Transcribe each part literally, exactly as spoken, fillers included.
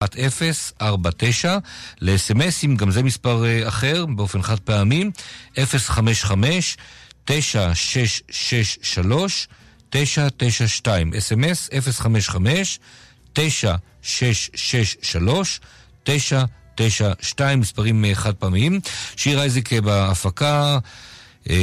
אחת אפס ארבע תשע, ל-אס-אם-אסים, גם זה מספר uh, אחר, באופן חד פעמים, אפס חמש חמש תשע שש שש שלוש תשע תשע שתיים, אס-אם-אס אפס חמש חמש תשע שש שש שלוש תשע תשע שתיים, מספרים uh, חד פעמים. שיר אייזיק בהפקה, um,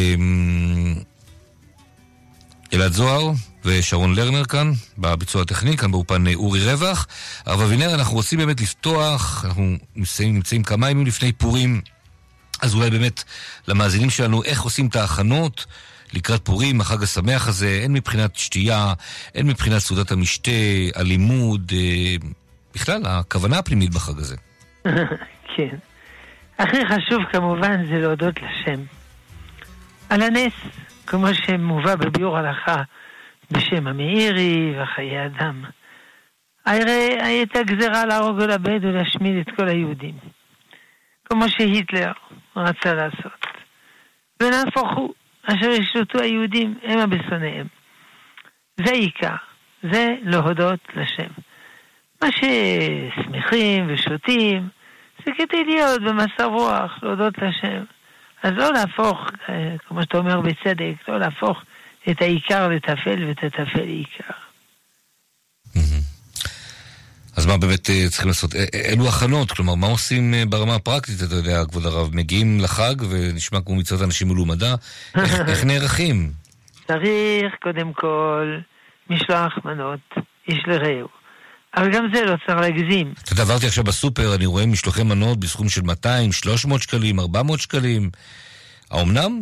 אלעד זוהר ושרון לרנר כאן, בביצוע הטכני, כאן באופן אורי רווח. הרב אבינר, אנחנו רוצים באמת לפתוח, אנחנו נמצאים, נמצאים כמה ימים לפני פורים, אז אולי באמת למאזינים שלנו, איך עושים את ההכנות לקראת פורים, החג השמח הזה, אין מבחינת שתייה, אין מבחינת סעודת המשתה, הלימוד, בכלל, הכוונה הפנימית בחג הזה. כן. הכי חשוב כמובן זה להודות לשם. על הנס, כמו שמובא בביאור הלכה, בשם המאירי וחיי אדם. הרי הייתה גזרה להרוג ולאבד ולהשמיד את כל היהודים. כמו שהיטלר רצה לעשות. ונהפוך הוא, אשר ישלטו היהודים, הם הבשונאיהם. זה עיקר, זה להודות לשם. מה ששמחים ושותים, זה כדי להיות במסע רוח, להודות לשם. אז לא להפוך, כמו שאתה אומר בצדק, לא להפוך את העיקר לטפל ואת הטפל לעיקר. אז מה באמת צריכים לעשות? אלו הכנות, כלומר, מה עושים ברמה הפרקטית, אתה יודע, כבוד הרב? מגיעים לחג ונשמע כמו מצוות אנשים מלומדה, איך, איך נערכים? צריך קודם כל משלוח מנות, איש לרעהו. אבל גם זה לא צריך להגזים. אתה יודע, עברתי עכשיו בסופר, אני רואה משלוחי מנות בסכום של מאתיים, שלוש מאות שקלים, ארבע מאות שקלים. האומנם?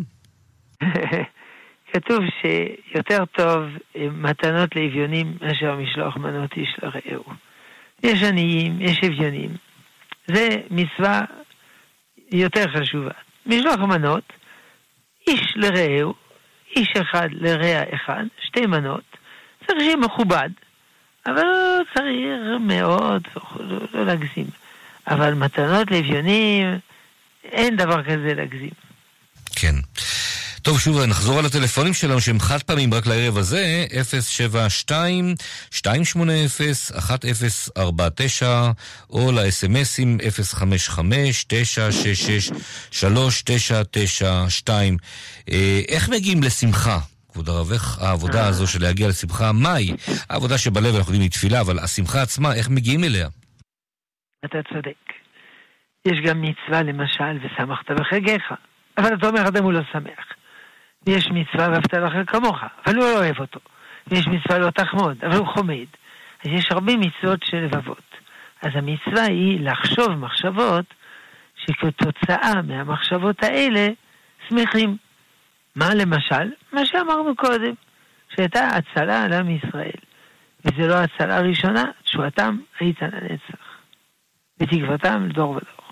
כתוב שיותר טוב מתנות לאביונים מאשר משלוח מנות איש לרעהו. יש עניים, יש אביונים. זה מצווה יותר חשובה. משלוח מנות, איש לרעהו, איש אחד לרע אחד, שתי מנות, צריך שיהיה מכובד. אבל לא צריך מאוד, לא, לא להגזים. אבל מתנות לאביונים, אין דבר כזה להגזים. כן. טוב, שוב, נחזור על הטלפונים שלנו שהם חד פעמים רק לערב הזה, אפס שבע שתיים שתיים שמונה אפס אחת אפס ארבע תשע, או ל-אס-אם-אסים אפס חמש חמש תשע שש שש שלוש תשע תשע שתיים. איך מגיעים לשמחה? כבוד הרב, איך העבודה הזו של להגיע לשמחה, מהי? העבודה שבלב אנחנו יודעים לתפילה, אבל השמחה עצמה, איך מגיעים אליה? אתה צודק. יש גם מצווה למשל, ושמחת בחגיך. אבל אתה אומר, אדם הוא לא שמח. ויש מצווה ואהבת לרעך כמוך, אבל הוא לא אוהב אותו. ויש מצווה לא תחמוד, אבל הוא חומד. אז יש הרבה מצוות של לבבות. אז המצווה היא לחשוב מחשבות, שכתוצאה מהמחשבות האלה, שמחים. מה למשל? מה שאמרנו קודם, שהייתה הצלה על עם ישראל. וזה לא הצלה הראשונה, תשועתם הייתה לנצח. ותקוותם לדור ודור.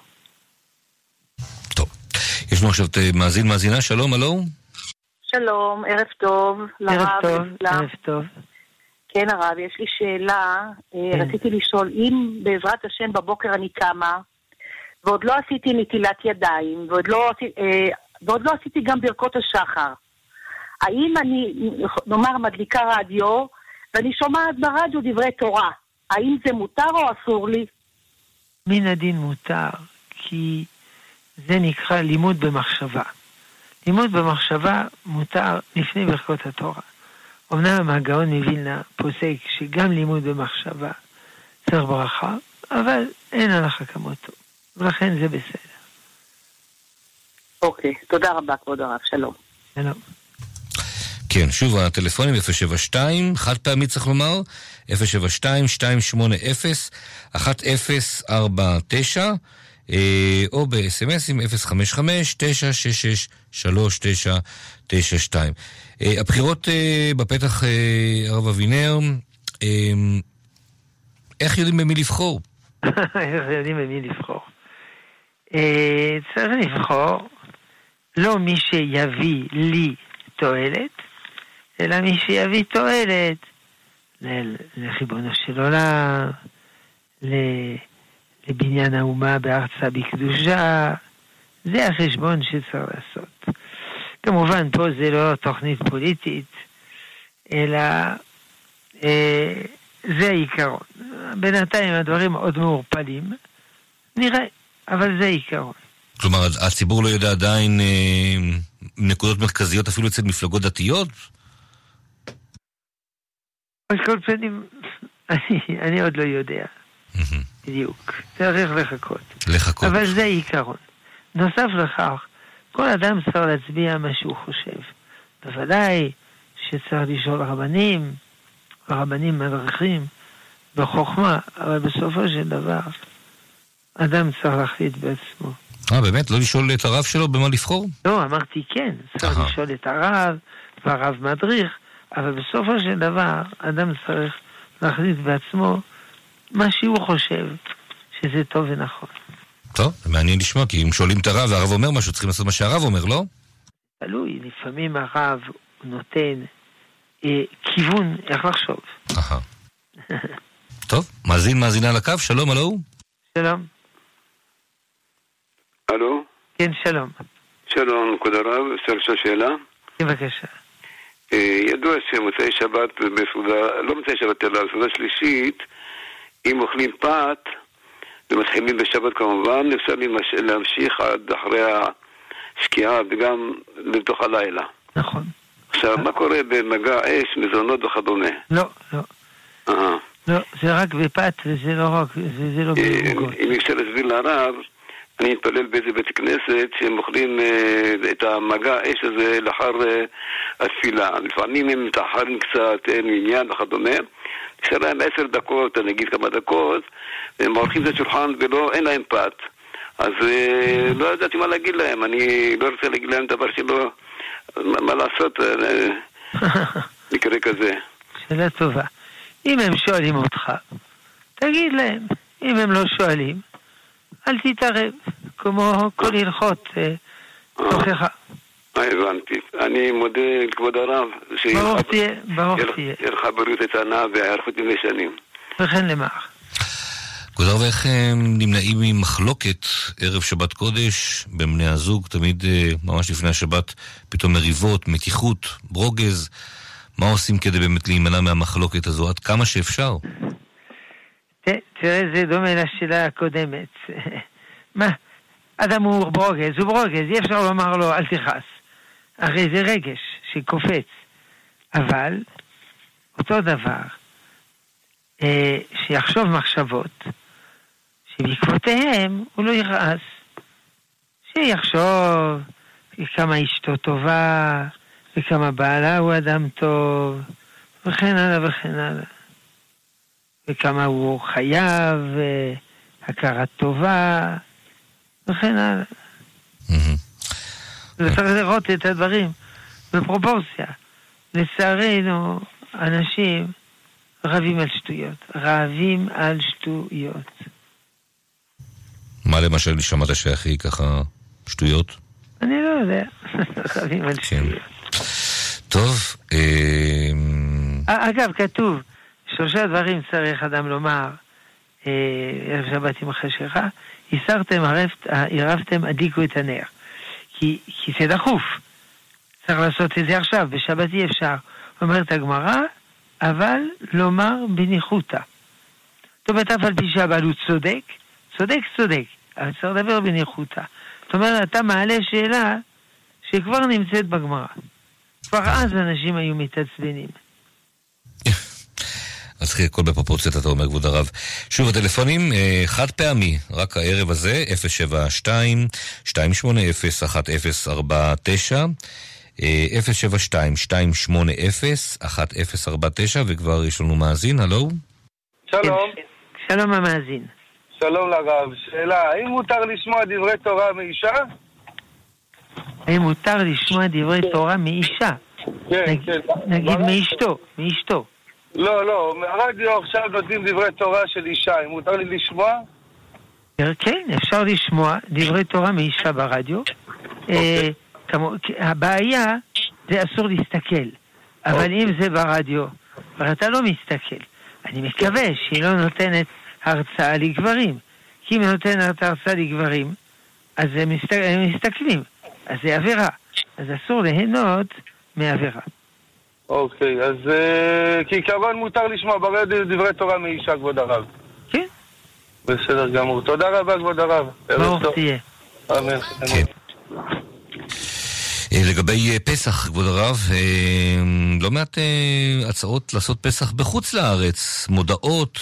טוב. יש לנו עכשיו מאזין מאזינה, שלום, הלו? שלום, ערב טוב. ערב טוב, ערב טוב. כן הרב, יש לי שאלה, כן. רציתי לשאול, אם בעזרת השם בבוקר אני קמה, ועוד לא עשיתי נטילת ידיים, ועוד לא, ועוד לא עשיתי גם ברכות השחר, האם אני, נאמר, מדליקה רדיו, ואני שומעת ברדיו דברי תורה, האם זה מותר או אסור לי? מן הדין מותר, כי זה נקרא לימוד במחשבה. לימוד במחשבה מותר לפני ברכות התורה. אמנם הגאון מווילנה פוסק שגם לימוד במחשבה צריך ברכה, אבל אין הלכה כמותו. ולכן זה בסדר. אוקיי, תודה רבה כבוד הרב, שלום. שלום. כן, שוב, הטלפונים אפס שבע שתיים, חד פעמי צריך לומר, אפס שבע שתיים שתיים שמונה אפס אחת אפס ארבע תשע, או ב-אס-אם-אסים אפס חמש חמש תשע שש שש שלוש תשע תשע שתיים. הבחירות בפתח, הרב אבינר, איך יודעים במי לבחור? איך יודעים במי לבחור? צריך לבחור לא מי שיביא לי תועלת, אלא מי שיביא תועלת לחיבונו של עולם, לבניין האומה בארצה בקדושה. זה החשבון שצריך לעשות. כמובן פה זה לא תוכנית פוליטית, אלא אה, זה העיקרון. בינתיים הדברים עוד מעורפלים, נראה, אבל זה העיקרון. כלומר, הציבור לא יודע עדיין אה, נקודות מרכזיות אפילו אצל מפלגות דתיות? על כל פנים, אני, אני עוד לא יודע. בדיוק. צריך לחכות. לחכות. אבל זה העיקרון. נוסף לכך, כל אדם צריך להצביע מה שהוא חושב. בוודאי שצריך לשאול רבנים, הרבנים מדריכים בחוכמה, אבל בסופו של דבר, אדם צריך להחליט בעצמו. אה, באמת? לא לשאול את הרב שלו במה לבחור? לא, אמרתי כן. צריך Aha. לשאול את הרב, והרב מדריך, אבל בסופו של דבר, אדם צריך להחליט בעצמו מה שהוא חושב שזה טוב ונכון. טוב, מעניין לשמוע, כי אם שואלים את הרב והרב אומר משהו, צריכים לעשות מה שהרב אומר, לא? תלוי, לפעמים הרב נותן אה, כיוון איך לחשוב. אהה. טוב, מאזין, מאזינה לקו, שלום, הלו? שלום. הלו? כן, שלום. שלום, כבוד הרב, אפשר לשאול שאלה? בבקשה. ידוע שמוצאי שבת בסעודה, לא מוצאי שבת אלא בסעודה שלישית, אם אוכלים פת ומתחילים בשבת כמובן, אפשר להמשיך עד אחרי השקיעה וגם לתוך הלילה. נכון. עכשיו, מה קורה במגע אש, מזונות וכדומה? לא, לא. אה. לא, זה רק בפת וזה לא רק, זה לא במוגות. אם אפשר להסביר לרב, אני מתפלל באיזה בית כנסת שהם אוכלים אה, את המגע האש הזה לאחר אה, התפילה. לפעמים הם מתאחרים קצת, אין עניין וכדומה. נשאר להם עשר דקות, אני אגיד כמה דקות, הם הולכים את השולחן ואין להם פת. אז אה, לא ידעתי מה להגיד להם, אני לא רוצה להגיד להם דבר שלא, מה, מה לעשות, אה, מקרה כזה. שאלה טובה. אם הם שואלים אותך, תגיד להם. אם הם לא שואלים, אל תתערב, כמו כל הלכות תוכחה. אה, הבנתי. אני מודה לכבוד הרב, ברוך תהיה, ברוך תהיה. שיהיה לך בריאות איתנה והערכות ימי שנים. וכן למח. כבוד הרב, איך הם נמנעים ממחלוקת ערב שבת קודש בין בני הזוג, תמיד ממש לפני השבת פתאום מריבות, מתיחות, ברוגז, מה עושים כדי באמת להימנע מהמחלוקת הזו עד כמה שאפשר? תראה, זה דומה לשאלה הקודמת. מה? אדם הוא ברוגז, הוא ברוגז, אי אפשר לומר לו אל תכעס. הרי זה רגש שקופץ. אבל אותו דבר, אה, שיחשוב מחשבות, שבעקבותיהם הוא לא יכעס. שיחשוב כמה אשתו טובה, וכמה בעלה הוא אדם טוב, וכן הלאה וכן הלאה. וכמה הוא חייב, הכרת טובה, וכן הלאה. וצריך לראות את הדברים בפרופורציה. לצערנו, אנשים רבים על שטויות. רבים על שטויות. מה למשל שמעת שהכי ככה שטויות? אני לא יודע. רבים על שטויות. טוב. אגב, כתוב, שלושה דברים צריך אדם לומר, ערב שבת עם החשיכה, הסרתם, ערבתם, הדיקו את הנר. כי, כי זה דחוף. צריך לעשות את זה עכשיו, בשבת אי אפשר. אומרת הגמרא, אבל לומר בניחותא. זאת אומרת, אף על פי שהבעל הוא צודק, צודק צודק, אבל צריך לדבר בניחותא. זאת אומרת, אתה מעלה שאלה שכבר נמצאת בגמרא. כבר אז אנשים היו מתעצבנים. אז צריך הכל בפרופורציות, אתה אומר, כבוד הרב. שוב, הטלפונים, חד פעמי, רק הערב הזה, אפס שבע שתיים שתיים שמונה אפס אחת אפס ארבע תשע, אפס שבע שתיים שתיים שמונה אפס אחת אפס ארבע תשע, וכבר יש לנו מאזין, הלו? שלום. שלום המאזין. שלום לרב. שאלה, האם מותר לשמוע דברי תורה מאישה? האם מותר לשמוע דברי תורה מאישה? כן, כן. נגיד מאשתו, מאשתו. לא, לא, מהרדיו עכשיו נותנים דברי תורה של אישה, אם מותר לי לשמוע? כן, אפשר לשמוע דברי תורה מאישה ברדיו. הבעיה זה אסור להסתכל, אבל אם זה ברדיו, אתה לא מסתכל. אני מקווה שהיא לא נותנת הרצאה לגברים, כי אם היא נותנת הרצאה לגברים, אז הם מסתכלים, אז זה עבירה. אז אסור ליהנות מעבירה. אוקיי, אז uh, כעיקרון מותר לשמוע ברדיו דברי תורה מאישה, כבוד הרב. כן. בסדר גמור. תודה רבה, כבוד הרב. ברוך תהיה. אמן. כן. לגבי פסח, כבוד הרב, לא מעט הצעות לעשות פסח בחוץ לארץ, מודעות,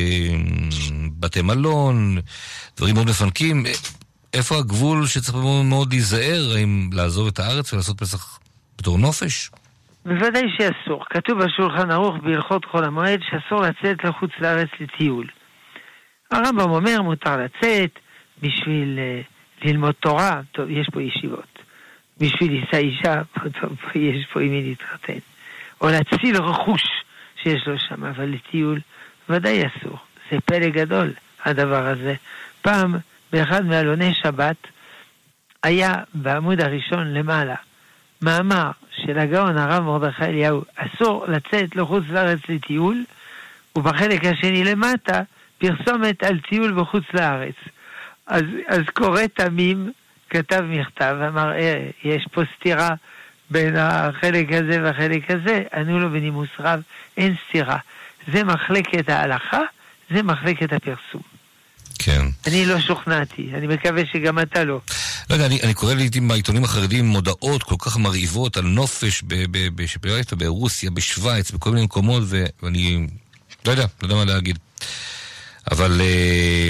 בתי מלון, דברים מאוד מפנקים. איפה הגבול שצריך מאוד להיזהר, האם לעזוב את הארץ ולעשות פסח בתור נופש? בוודאי שאסור. כתוב בשולחן ערוך בהלכות חול המועד שאסור לצאת לחוץ לארץ לטיול. הרמב"ם אומר מותר לצאת בשביל uh, ללמוד תורה, טוב, יש פה ישיבות. בשביל יישא אישה, טוב, יש פה עם מי להתחתן. או להציל רכוש שיש לו שם, אבל לטיול ודאי אסור. זה פלא גדול, הדבר הזה. פעם, באחד מעלוני שבת, היה בעמוד הראשון למעלה, מאמר של הגאון הרב מרדכי אליהו, אסור לצאת לחוץ לארץ לטיול, ובחלק השני למטה, פרסומת על טיול בחוץ לארץ. אז, אז קורא תמים, כתב מכתב, אמר, אה, יש פה סתירה בין החלק הזה והחלק הזה, ענו לו בנימוס רב, אין סתירה. זה מחלקת ההלכה, זה מחלקת הפרסום. כן. אני לא שוכנעתי, אני מקווה שגם אתה לא. לא יודע, אני, אני קורא לעתים בעיתונים החרדים מודעות כל כך מרהיבות על נופש בשפלאית, ברוסיה, בשוויץ, בכל מיני מקומות, ו, ואני לא יודע, לא יודע מה להגיד. אבל אה,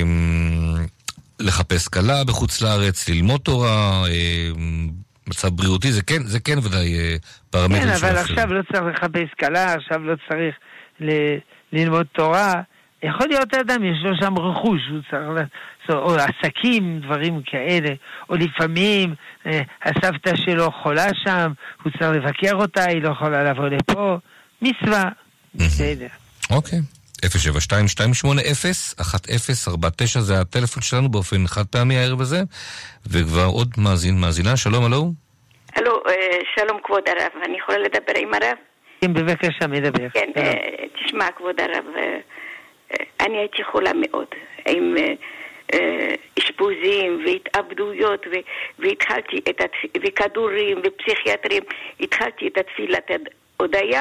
לחפש קלה בחוץ לארץ, ללמוד תורה, אה, מצב בריאותי, זה כן, זה כן ודאי אה, פרמטרים. כן, אבל עכשיו לא צריך לחפש קלה, עכשיו לא צריך ל- ללמוד תורה. יכול להיות אדם, יש לו שם רכוש, הוא צריך, או עסקים, דברים כאלה, או לפעמים אה, הסבתא שלו חולה שם, הוא צריך לבקר אותה, היא לא יכולה לבוא לפה, מצווה, בסדר. אוקיי, אפס שבע שתיים שתיים שמונה אפס אחת אפס ארבע תשע זה הטלפון שלנו באופן חד פעמי הערב הזה, וכבר עוד מאזין, מאזינה, שלום, הלו? הלו, שלום כבוד הרב, אני יכולה לדבר עם הרב? כן, בבקשה, מדבר. כן, תשמע כבוד הרב, אני הייתי חולה מאוד, עם אשפוזים והתאבדויות, והתחלתי את וכדורים ופסיכיאטרים, התחלתי את התפילת הודיה,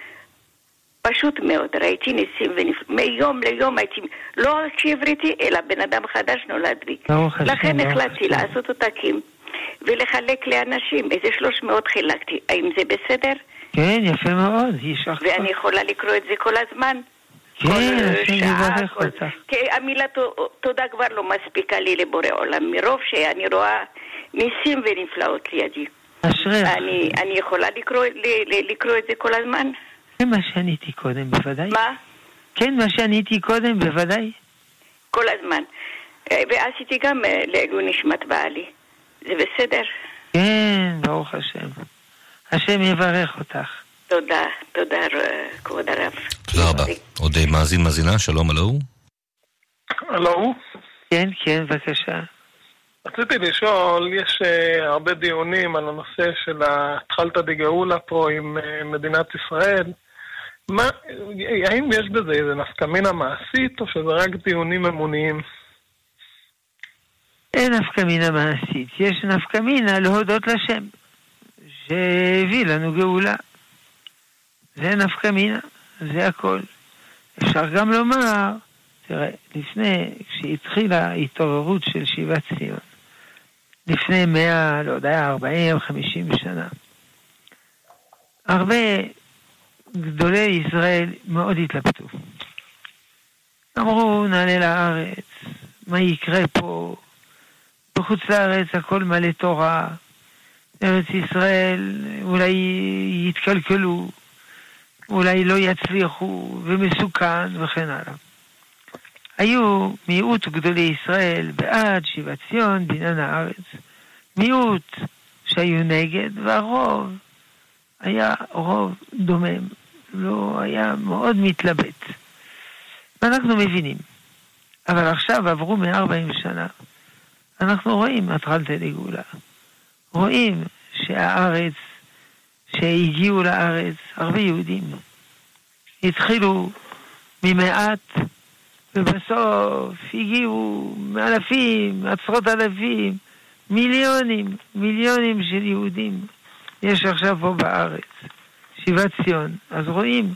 פשוט מאוד, ראיתי ניסים ונפלאים, מיום ליום הייתי, לא רק שהבריתי, אלא בן אדם חדש נולד לי. לכן החלטתי לעשות עותקים ולחלק לאנשים, איזה שלוש מאות חילקתי, האם זה בסדר? כן, יפה מאוד. ואני יכולה לקרוא את זה כל הזמן? כן, השם יברך אותך. כי המילה תודה כבר לא מספיקה לי לבורא עולם, מרוב שאני רואה ניסים ונפלאות לידי. אשריך. אני יכולה לקרוא את זה כל הזמן? כן, מה שעניתי קודם, בוודאי. מה? כן, מה שעניתי קודם, בוודאי. כל הזמן. ועשיתי גם לעילוי נשמת בעלי. זה בסדר? כן, ברוך השם. השם יברך אותך. תודה, תודה כבוד הרב. תודה רבה. עוד מאזין, מאזינה, שלום, הלו? הלו? כן, כן, בבקשה. רציתי לשאול, יש uh, הרבה דיונים על הנושא של התחלת דגאולה פה עם uh, מדינת ישראל. מה, האם יש בזה איזה נפקמינה מעשית או שזה רק דיונים אמוניים? אין נפקמינה מעשית, יש נפקמינה להודות לשם שהביא לנו גאולה. זה נפקמינה, זה הכל. אפשר גם לומר, תראה, לפני, כשהתחילה ההתעוררות של שיבת ציון, לפני מאה, לא יודע, ארבעים, חמישים שנה, הרבה גדולי ישראל מאוד התלבטו. אמרו, נעלה לארץ, מה יקרה פה? בחוץ לארץ הכל מלא תורה, ארץ ישראל אולי יתקלקלו, אולי לא יצליחו, ומסוכן וכן הלאה. היו מיעוט גדולי ישראל בעד שיבת ציון, בניין הארץ, מיעוט שהיו נגד, והרוב היה רוב דומם, לא היה מאוד מתלבט. ואנחנו מבינים. אבל עכשיו עברו מ-ארבעים שנה, אנחנו רואים התחלת לגאולה. רואים שהארץ, שהגיעו לארץ, הרבה יהודים, התחילו ממעט, ובסוף הגיעו מאלפים, עשרות אלפים, מיליונים, מיליונים של יהודים. יש עכשיו פה בארץ, שיבת ציון. אז רואים,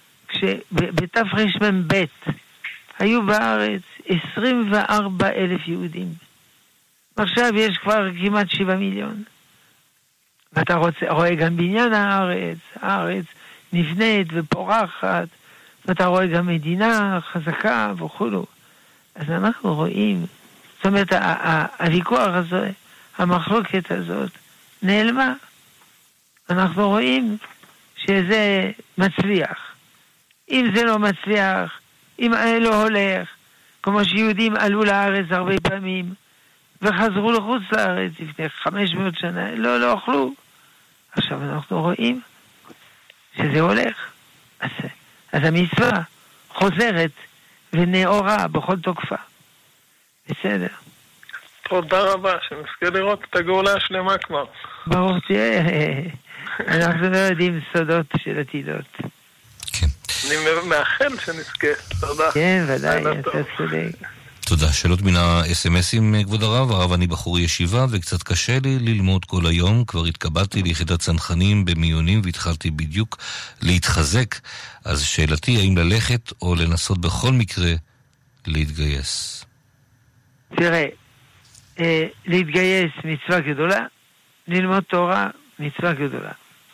בתרמ"ב היו בארץ עשרים וארבעה אלף יהודים. עכשיו יש כבר כמעט שבעה מיליון. ואתה רוצה, רואה גם בניין הארץ, הארץ נבנית ופורחת, ואתה רואה גם מדינה חזקה וכולו. אז אנחנו רואים, זאת אומרת, הוויכוח הזה, המחלוקת הזאת, נעלמה. אנחנו רואים שזה מצליח. אם זה לא מצליח, אם לא הולך, כמו שיהודים עלו לארץ הרבה פעמים, וחזרו לחוץ לארץ לפני חמש מאות שנה, לא, לא אוכלו. עכשיו אנחנו רואים שזה הולך. אז, אז המצווה חוזרת ונאורה בכל תוקפה. בסדר. תודה רבה, שנזכה לראות את הגאולה השלמה כבר. ברור תהיה, אנחנו לא יודעים סודות של עתידות. כן. אני מאחל שנזכה, תודה. כן, ודאי, אתה צודק. תודה. שאלות מן ה-אס אם אסים, כבוד הרב. הרב, אני בחור ישיבה וקצת קשה לי ללמוד כל היום. כבר התקבלתי ליחידת צנחנים במיונים והתחלתי בדיוק להתחזק. אז שאלתי, האם ללכת או לנסות בכל מקרה להתגייס? תראה, אה, להתגייס מצווה גדולה, ללמוד תורה מצווה גדולה.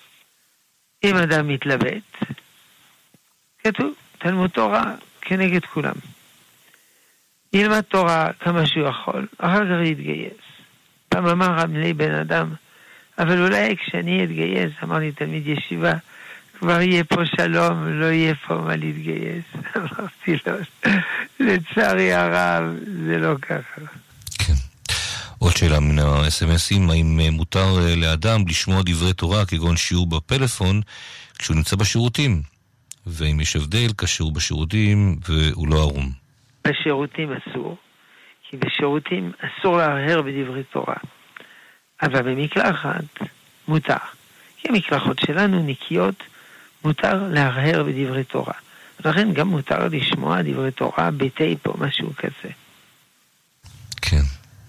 אם אדם מתלבט, כתוב, תלמוד תורה כנגד כולם. ילמד תורה כמה שהוא יכול, אחר כך יתגייס. פעם אמר רב לי בן אדם, אבל אולי כשאני אתגייס, אמר לי תלמיד ישיבה, כבר יהיה פה שלום, לא יהיה פה מה להתגייס. אמרתי לו, לצערי הרב, זה לא ככה. כן. עוד שאלה מן ה-אס אם אסים, האם מותר לאדם לשמוע דברי תורה כגון שיעור בפלאפון כשהוא נמצא בשירותים? ואם יש הבדל כשהוא בשירותים והוא לא ערום? בשירותים אסור, כי בשירותים אסור להרהר בדברי תורה. אבל במקלחת מותר. כי המקלחות שלנו נקיות, מותר להרהר בדברי תורה. לכן גם מותר לשמוע דברי תורה בטייפ או משהו כזה. כן.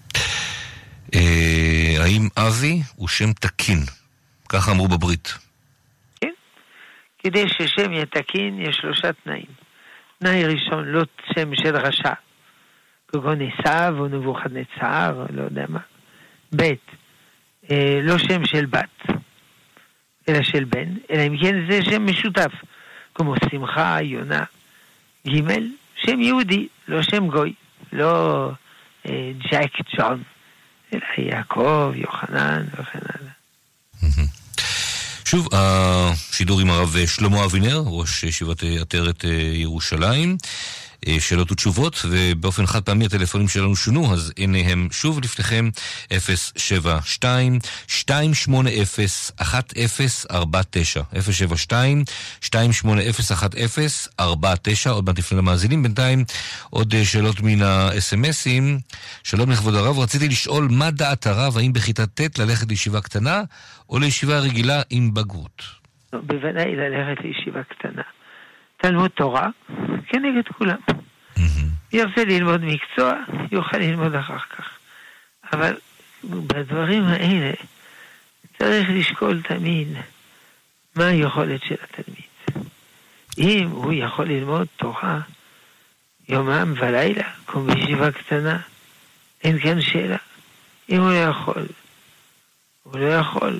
אה, האם אבי הוא שם תקין? ככה אמרו בברית. כן. כדי ששם יהיה תקין יש שלושה תנאים. תנאי ראשון, לא שם של רשע, כגון עשיו או נבוכדנצר, לא יודע מה. ב', אה, לא שם של בת, אלא של בן, אלא אם כן זה שם משותף, כמו שמחה, יונה. ג', שם יהודי, לא שם גוי, לא אה, ג'ק ג'ון, אלא יעקב, יוחנן וכן הלאה. שוב, השידור עם הרב שלמה אבינר, ראש ישיבת עטרת ירושלים. שאלות ותשובות, ובאופן חד פעמי הטלפונים שלנו שונו, אז הנה הם שוב לפניכם, אפס שבע שתיים שתיים שמונה אפס אחת אפס ארבע תשע, אפס שבע שתיים שתיים שמונה אפס אחת אפס ארבע תשע. עוד מעט נפנה למאזינים. בינתיים עוד שאלות מן ה-אס אם אסים. שלום לכבוד הרב, רציתי לשאול מה דעת הרב, האם בכיתה ט' ללכת לישיבה קטנה או לישיבה רגילה עם בגרות? בוודאי ללכת לישיבה קטנה. תלמוד תורה, כנגד כולם. ירצה ללמוד מקצוע, יוכל ללמוד אחר כך. אבל בדברים האלה צריך לשקול תמיד מה היכולת של התלמיד. אם הוא יכול ללמוד תורה יומם ולילה, כמו בישיבה קטנה, אין כאן שאלה. אם הוא לא יכול, הוא לא יכול.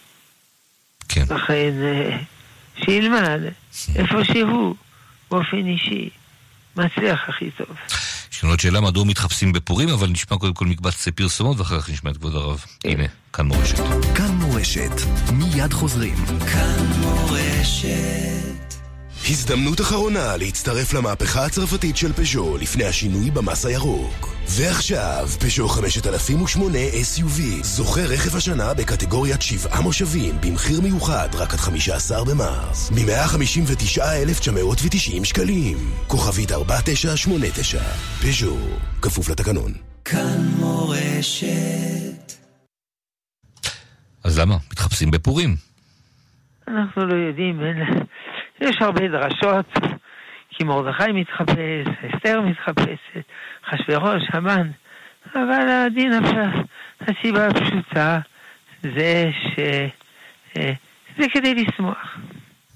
כן. לכן שילמד איפה שהוא, באופן אישי, מצליח הכי טוב. יש לנו עוד שאלה, מדוע מתחפשים בפורים, אבל נשמע קודם כל מקבץ פרסומות, ואחר כך נשמע את כבוד הרב. הנה, כאן מורשת. כאן מורשת, מיד חוזרים. כאן מורשת. הזדמנות אחרונה להצטרף למהפכה הצרפתית של פז'ו לפני השינוי במס הירוק. ועכשיו, פז'ו חמשת אלפים ושמונה אס יו וי זוכה רכב השנה בקטגוריית שבעה מושבים במחיר מיוחד רק עד חמישה עשר במרס מ-מאה חמישים ותשעה אלף תשע מאות ותשעים שקלים. כוכבית ארבע תשע שמונה תשע. פז'ו, כפוף לתקנון. כאן מורשת. אז למה? מתחפשים בפורים. אנחנו לא יודעים, יש הרבה דרשות, כי מרדכי מתחפש, אסתר מתחפשת, חשוורוש, המן, אבל הדין הפשוט, הסיבה הפשוטה זה ש... זה כדי לשמוח.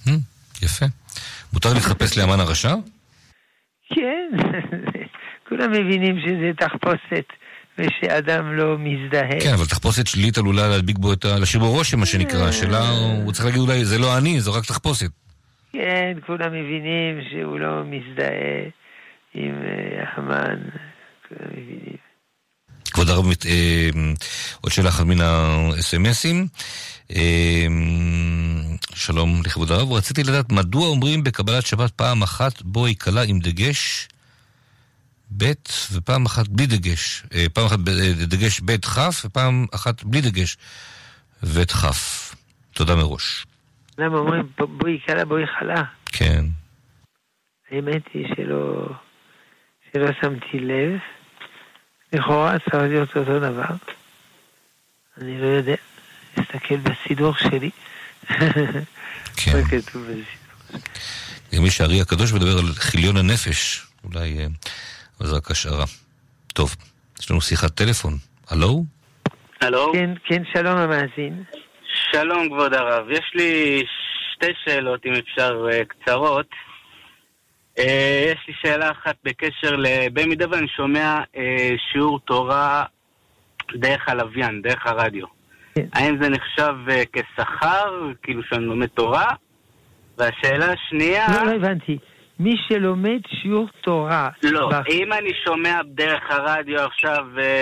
יפה. מותר להתחפש לאמן הרשע? כן, כולם מבינים שזה תחפושת ושאדם לא מזדהה. כן, אבל תחפושת שלילית עלולה להדביק בו את ה... לשיבור רושם, מה שנקרא, שלה, הוא צריך להגיד אולי, זה לא אני, זו רק תחפושת. כן, כולם מבינים שהוא לא מזדהה עם המן, כולם מבינים. כבוד הרב, אה, עוד שאלה אחת מן ה-אס אם אסים. אה, שלום לכבוד הרב, רציתי לדעת מדוע אומרים בקבלת שבת פעם אחת בו יקלה עם דגש בית ופעם אחת בלי דגש. אה, פעם אחת דגש בית חף ופעם אחת בלי דגש בית חף. תודה מראש. למה אומרים בו יקלה בו יחלה? כן. האמת היא שלא, שלא שמתי לב. לכאורה צריך להיות אותו דבר. אני לא יודע. אסתכל בסידור שלי. כן. מה כתוב בסידור? גם מי שהארי הקדוש מדבר על חיליון הנפש. אולי זה רק השערה. טוב, יש לנו שיחת טלפון. הלו? הלו? כן, כן, שלום המאזין. שלום כבוד הרב. יש לי שתי שאלות אם אפשר קצרות. יש לי שאלה אחת בקשר במידה ואני שומע שיעור תורה דרך הלוויין, דרך הרדיו. כן. האם זה נחשב כשכר, כאילו שאני לומד תורה? והשאלה השנייה... לא, לא הבנתי. מי שלומד שיעור תורה... לא, בח... אם אני שומע דרך הרדיו עכשיו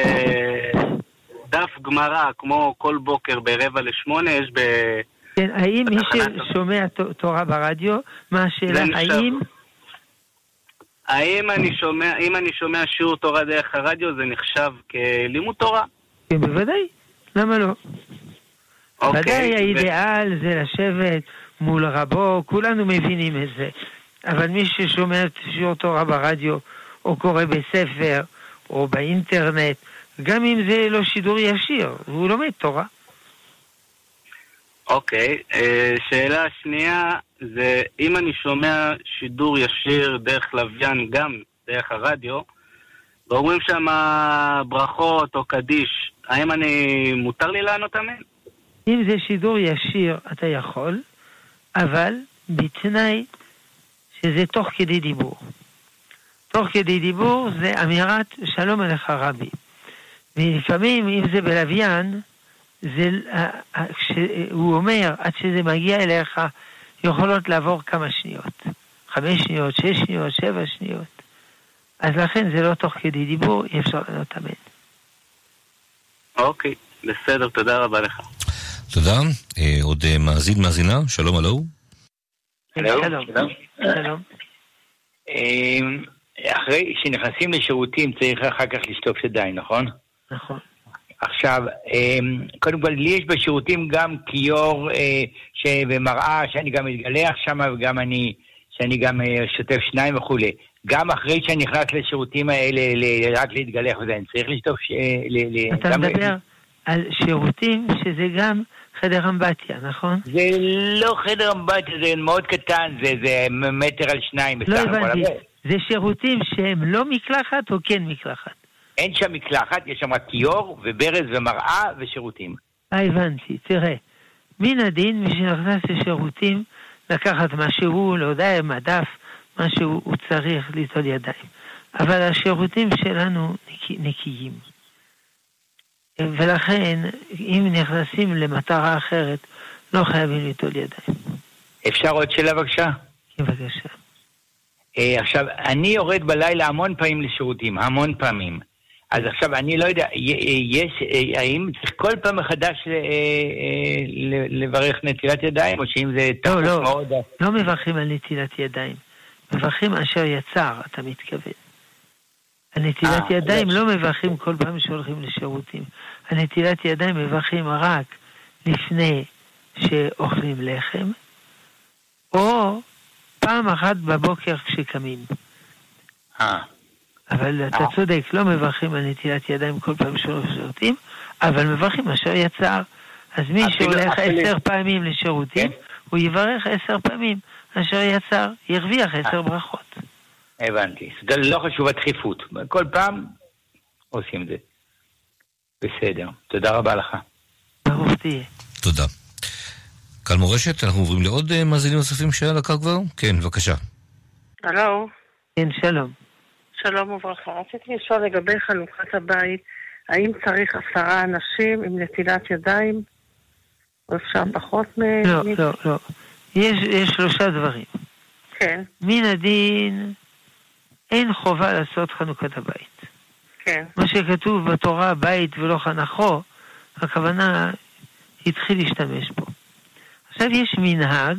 דף גמרא, כמו כל בוקר ברבע לשמונה, יש ב... כן, האם מי ששומע תורה ברדיו, מה השאלה? האם... האם אני שומע, אם אני שומע שיעור תורה דרך הרדיו, זה נחשב כלימוד תורה? כן, בוודאי. למה לא? אוקיי. ודאי האידאל זה לשבת מול רבו, כולנו מבינים את זה. אבל מי ששומע שיעור תורה ברדיו, או קורא בספר, או באינטרנט, גם אם זה לא שידור ישיר, הוא לומד תורה. אוקיי, שאלה השנייה זה אם אני שומע שידור ישיר דרך לוויין גם דרך הרדיו ואומרים שם ברכות או קדיש, האם אני מותר לי לענות אמן? אם זה שידור ישיר אתה יכול, אבל בתנאי שזה תוך כדי דיבור. תוך כדי דיבור זה אמירת שלום עליך רבי. ולפעמים אם זה בלוויין זה, הוא אומר, עד שזה מגיע אליך, יכולות לעבור כמה שניות. חמש שניות, שש שניות, שבע שניות. אז לכן זה לא תוך כדי דיבור, אי אפשר לענות אמן. אוקיי, בסדר, תודה רבה לך. תודה. אה, עוד אה, מאזין, מאזינה, שלום, הלו. שלום. שלום. שלום. אחרי שנכנסים לשירותים צריך אחר כך לשטוף ידיים, נכון? נכון. עכשיו, קודם כל, לי יש בשירותים גם כיור ומראה שאני גם מתגלח שם, וגם אני, שאני גם שוטף שניים וכו'. גם אחרי שאני נכנס לשירותים האלה, רק להתגלח וזה, אני צריך לשטוף... אתה מדבר על שירותים שזה גם חדר אמבטיה, נכון? זה לא חדר אמבטיה, זה מאוד קטן, זה מטר על שניים. לא הבנתי, זה שירותים שהם לא מקלחת או כן מקלחת? אין שם מקלחת, יש שם כיור וברז ומראה ושירותים. אה, הבנתי, תראה. מן הדין, מי שנכנס לשירותים, לקחת משהו, לא יודע, מדף, משהו הוא צריך ליטול ידיים. אבל השירותים שלנו נקי, נקיים. ולכן, אם נכנסים למטרה אחרת, לא חייבים ליטול ידיים. אפשר עוד שאלה בבקשה? כן, בבקשה. אה, עכשיו, אני יורד בלילה המון פעמים לשירותים, המון פעמים. אז עכשיו, אני לא יודע, יש, האם צריך כל פעם מחדש לברך נטילת ידיים, או שאם זה תחוף לא, מאוד... לא, לא מברכים על נטילת ידיים. מברכים אשר יצר, אתה מתכוון. על נטילת 아, ידיים לא מברכים כל פעם שהולכים לשירותים. על נטילת ידיים מברכים רק לפני שאוכלים לחם, או פעם אחת בבוקר כשקמים. אה. אבל אתה צודק, לא מברכים על נטילת ידיים כל פעם שירותים, אבל מברכים אשר יצר. אז מי שהולך עשר פעמים לשירותים, הוא יברך עשר פעמים אשר יצר, ירוויח עשר ברכות. הבנתי. זה לא חשוב הדחיפות. כל פעם עושים את זה. בסדר. תודה רבה לך. ברוך תהיה. תודה. כאן מורשת, אנחנו עוברים לעוד מאזינים נוספים שעל הקו כבר? כן, בבקשה. הלו. כן, שלום. שלום וברכה. רציתי לשאול לגבי חנוכת הבית, האם צריך עשרה אנשים עם נטילת ידיים? או אפשר פחות מ... לא, לא, לא. יש, יש שלושה דברים. כן. מן הדין, אין חובה לעשות חנוכת הבית. כן. מה שכתוב בתורה, בית ולא חנכו, הכוונה התחיל להשתמש בו. עכשיו יש מנהג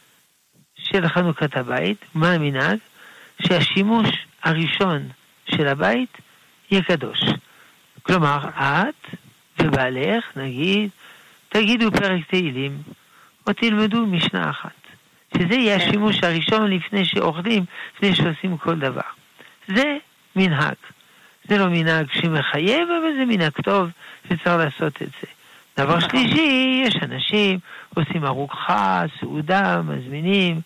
של חנוכת הבית. מה המנהג? שהשימוש הראשון של הבית יהיה קדוש. כלומר, את ובעלך, נגיד, תגידו פרק תהילים, או תלמדו משנה אחת. שזה יהיה השימוש הראשון לפני שאוכלים, לפני שעושים כל דבר. זה מנהג. זה לא מנהג שמחייב, אבל זה מנהג טוב וצריך לעשות את זה. דבר שלישי, יש אנשים עושים ארוחה, סעודה, מזמינים.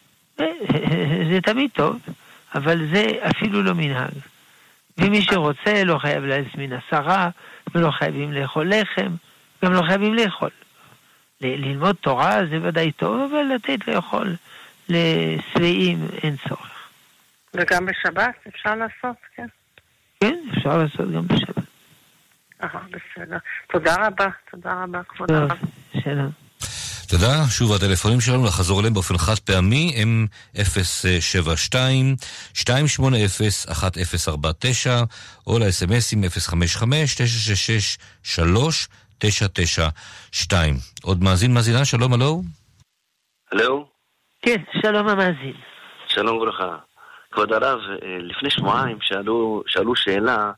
זה תמיד טוב, אבל זה אפילו לא מנהג. ומי שרוצה לא חייב להזמין עשרה, ולא חייבים לאכול לחם, גם לא חייבים לאכול. ל- ללמוד תורה זה ודאי טוב, אבל לתת לאכול לשבעים אין צורך. וגם בשבת אפשר לעשות, כן? כן, אפשר לעשות גם בשבת. אה, בסדר. תודה רבה, תודה רבה, כבוד הרב. שלום. תודה. שוב הטלפונים שלנו לחזור אליהם באופן חד פעמי הם אפס שבע שתיים שתיים שמונה אפס אחת אפס ארבע תשע או ל-אס-אם-אסים אפס חמש חמש תשע שש שש שלוש תשע תשע שתיים. עוד מאזין מאזינה, שלום, הלו. הלו. כן, שלום המאזין. שלום וברכה. כבוד הרב, לפני שבועיים שאלו, שאלו שאלה,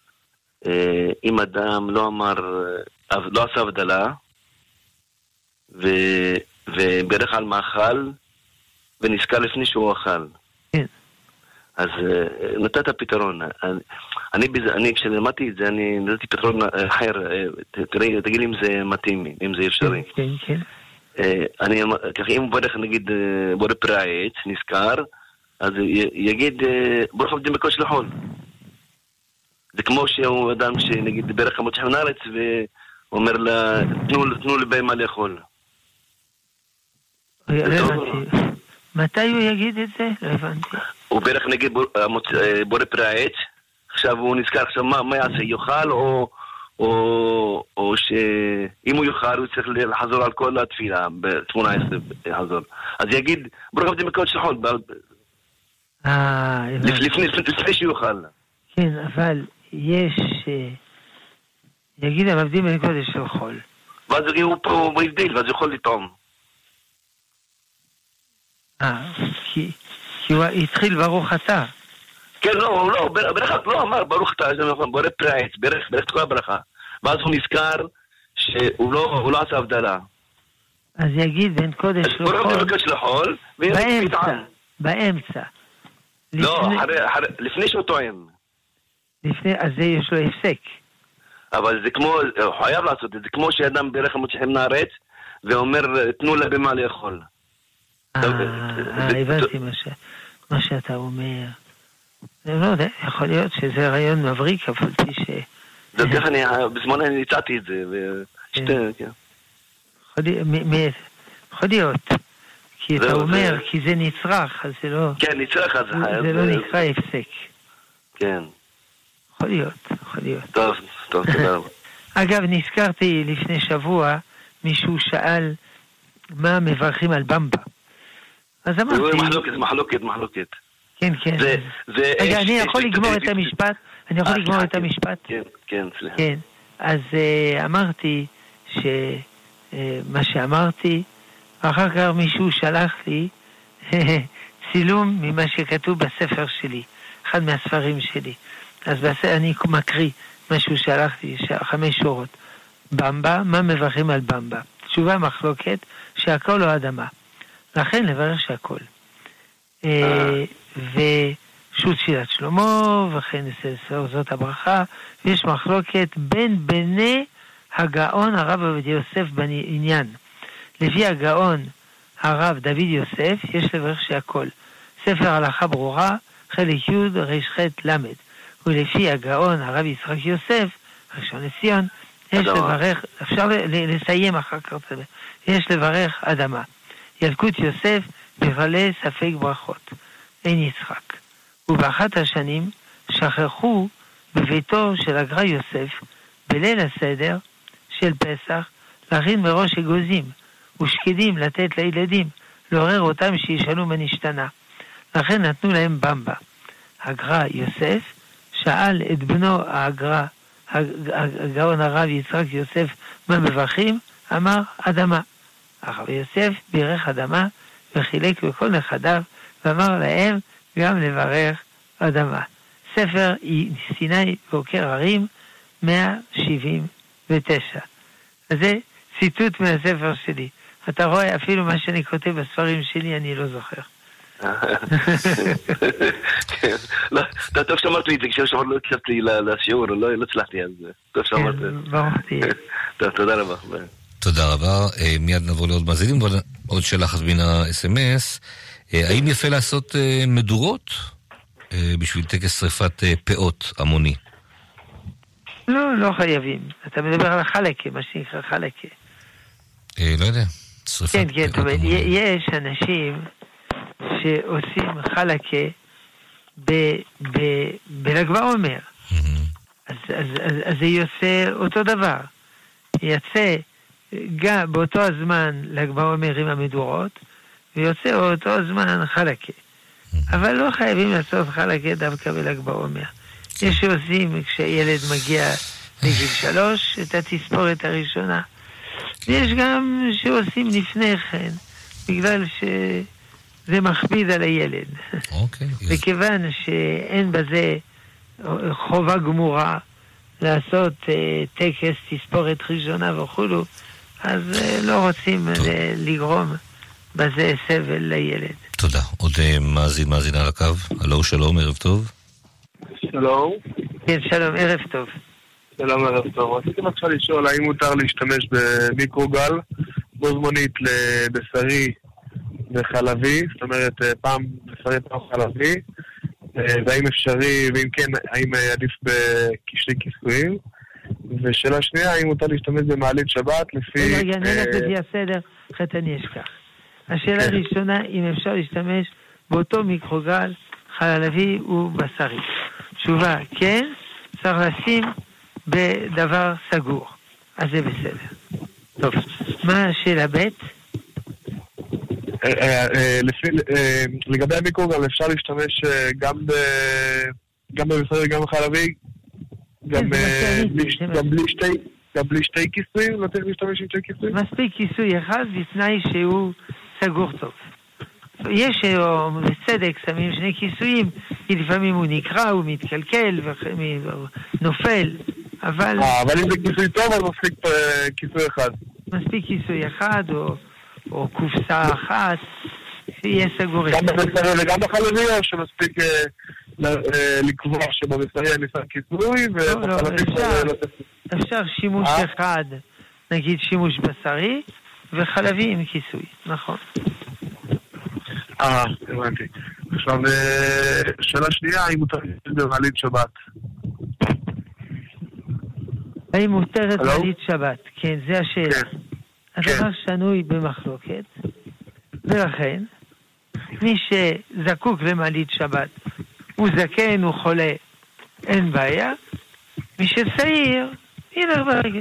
אם אדם לא אמר, לא עשה הבדלה, ו... וברך על מאכל ונזכר לפני שהוא אכל. כן. אז uh, נתת פתרון. אני, אני, אני כשלמדתי את זה, אני נתתי פתרון אחר. תראה, תגיד לי אם זה מתאים, אם זה אפשרי. כן, כן. Uh, אני, ככה, אם הוא ברך, נגיד, uh, בורא פרי עץ, נזכר, אז י, יגיד, uh, ברוך עבדים בכל שלחול. זה כמו שהוא אדם שנגיד ברך המוצא מן הארץ, ואומר לה, תנו, תנו לי מה לאכול. מתי הוא יגיד את זה? לא הבנתי. הוא ברך נגיד בורא פרי העץ, עכשיו הוא נזכר, עכשיו מה יעשה? יאכל או שאם הוא יאכל הוא צריך לחזור על כל התפילה ב-שמונה עשרה לחזור. אז יגיד ברוך עבדים בכל שלחול לפני שיאכל. כן, אבל יש יגיד עבדים בכל שלחול, ואז הוא פה מבדיל ואז יכול לטעום. אה, כי הוא התחיל ברוך אתה. כן, לא, לא, ברך לא אמר ברוך אתה, בורא פרי העץ, ברך את כל הברכה. ואז הוא נזכר שהוא לא עשה הבדלה. אז יגיד בין קודש לחול, באמצע, באמצע. לא, לפני שהוא טועם. לפני, אז זה יש לו הפסק. אבל זה כמו, הוא חייב לעשות את זה, כמו שאדם ברך המוצא מן הארץ, ואומר, תנו לה במה לאכול. אה, הבנתי מה שאתה אומר. אני לא יודע, יכול להיות שזה רעיון מבריק, אבל פי ש... בזמן אני הצעתי את זה, יכול להיות. כי אתה אומר, כי זה נצרך, אז זה לא... כן, נצרך, אז... זה לא נקרא הפסק. כן. יכול להיות, יכול להיות. טוב, טוב, תודה רבה. אגב, נזכרתי לפני שבוע, מישהו שאל מה מברכים על במבה. אז אמרתי... זה מחלוקת, מחלוקת, מחלוקת. כן, כן. רגע, אני יכול לגמור את המשפט? אני יכול לגמור את המשפט? כן, כן, סליחה. כן, אז אמרתי שמה שאמרתי, אחר כך מישהו שלח לי צילום ממה שכתוב בספר שלי, אחד מהספרים שלי. אז אני מקריא מה שהוא שלח לי, חמש שורות. במבה, מה מברכים על במבה? תשובה מחלוקת שהכל לא אדמה. לכן לברך שהכל. ושות תפילת שלמה, וכן נסתר זאת הברכה, ויש מחלוקת בין בני הגאון הרב עובדיה יוסף בעניין. לפי הגאון הרב דוד יוסף, יש לברך שהכל. ספר הלכה ברורה, חלק י' רש ח' למד. ולפי הגאון הרב יצחק יוסף, ראשון לציון, יש לברך, אפשר לסיים אחר כך, יש לברך אדמה. ילקוט יוסף מבלה ספק ברכות, אין יצחק. ובאחת השנים שכחו בביתו של הגר"א יוסף, בליל הסדר של פסח, להכין מראש אגוזים ושקדים לתת לילדים, לעורר אותם שישאלו מה נשתנה. לכן נתנו להם במבה. הגר"א יוסף שאל את בנו הגר"א, הגאון הרב יצחק יוסף, מה מברכים? אמר אדמה. הרב יוסף בירך אדמה וחילק לכל נכדיו ואמר להם גם לברך אדמה. ספר סיני ועוקר הרים מאה שבעים ותשע. אז זה ציטוט מהספר שלי. אתה רואה, אפילו מה שאני כותב בספרים שלי אני לא זוכר. לא, טוב שאמרת לי את זה, כשאמרת לא הקשבתי לשיעור, לא הצלחתי, אז טוב שאמרת. תודה רבה. תודה רבה. מיד נעבור לעוד מאזינים, עוד שאלה אחת מן ה-אס אם אס. האם יפה לעשות מדורות בשביל טקס שריפת פאות המוני? לא, לא חייבים. אתה מדבר על החלקה, מה שנקרא חלקה. לא יודע. כן, כן, זאת אומרת, יש אנשים שעושים חלקה בל"ג בעומר. אז זה יוצא אותו דבר. יצא גם באותו הזמן ל"ג בעומר עם המדורות, ויוצא באותו הזמן חלקה. אבל לא חייבים לעשות חלקה דווקא בל"ג בעומר. יש שעושים כשילד מגיע לגיל שלוש, את התספורת הראשונה. ויש גם שעושים לפני כן, בגלל שזה מכביד על הילד. אוקיי. וכיוון שאין בזה חובה גמורה לעשות טקס תספורת ראשונה וכולו, אז לא רוצים לגרום בזה סבל לילד. תודה. עוד מאזין, מאזין על הקו. הלו, שלום, ערב טוב. שלום. כן, שלום, ערב טוב. שלום, ערב טוב. רציתי עכשיו לשאול, האם מותר להשתמש במיקרוגל בו זמנית לבשרי וחלבי, זאת אומרת, פעם בשרי פעם חלבי, והאם אפשרי, ואם כן, האם עדיף בקשרי כיסויים? ושאלה שנייה, האם מותר להשתמש במעלית שבת לפי... רגע, נלך לפי הסדר, אחרת אני אשכח. השאלה הראשונה, אם אפשר להשתמש באותו מיקרוגל חלבי ובשרי. תשובה, כן, צריך לשים בדבר סגור. אז זה בסדר. טוב, מה השאלה ב'? לגבי המיקרוגל אפשר להשתמש גם בבשרי וגם בחלבי, גם בלי שתי כיסויים? לא צריך להשתמש עם שתי כיסויים? מספיק כיסוי אחד בתנאי שהוא סגור טוב. יש בצדק שמים שני כיסויים, כי לפעמים הוא נקרע, הוא מתקלקל ונופל, אבל... אבל אם זה כיסוי טוב, אז מספיק כיסוי אחד. מספיק כיסוי אחד, או קופסה אחת, שיהיה סגור. גם בבשרי וגם בחלבי, או שמספיק לקבוע שבבשרי אני שם כיסוי, ובחלבי... אפשר שימוש אחד, נגיד שימוש בשרי, וחלבי עם כיסוי, נכון. אה, הבנתי. עכשיו, שאלה שנייה, האם מותר במעלית שבת? האם מותרת מעלית שבת? כן, זה השאלה. הדבר שנוי במחלוקת, ולכן, מי שזקוק למעלית שבת, הוא זקן, הוא חולה, אין בעיה. מי שצעיר, ילך ברגל.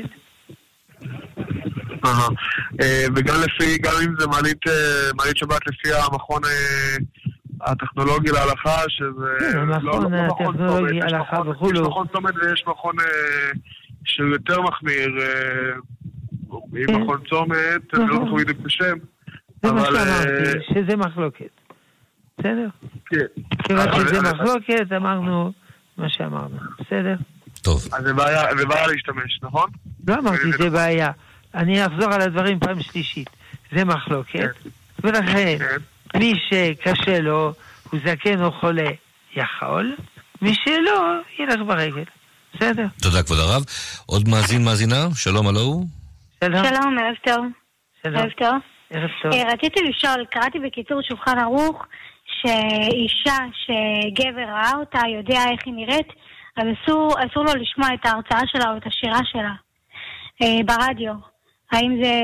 וגם לפי, גם אם זה מעלית שבת לפי המכון הטכנולוגי להלכה, שזה המכון הטכנולוגי להלכה וכולו. יש מכון צומת ויש מכון שהוא יותר מחמיר, עם מכון צומת, אני לא זוכר בדיוק בשם. זה מה שאמרתי, שזה מחלוקת. בסדר? כן. כיוון שזה מחלוקת, אמרנו מה שאמרנו. בסדר? טוב. אז זה בעיה להשתמש, נכון? לא אמרתי, זה בעיה. אני אחזור על הדברים פעם שלישית. זה מחלוקת. ולכן, מי שקשה לו, הוא זקן או חולה, יכול. מי שלא, ילך ברגל. בסדר? תודה, כבוד הרב. עוד מאזין, מאזינה? שלום, הלו. שלום. שלום, ערב טוב. שלום. ערב טוב. ערב טוב. רציתי לשאול, קראתי בקיצור שולחן ערוך, שאישה שגבר ראה אותה, יודע איך היא נראית, אז אסור, אסור לו לשמוע את ההרצאה שלה או את השירה שלה. אה, ברדיו. האם זה...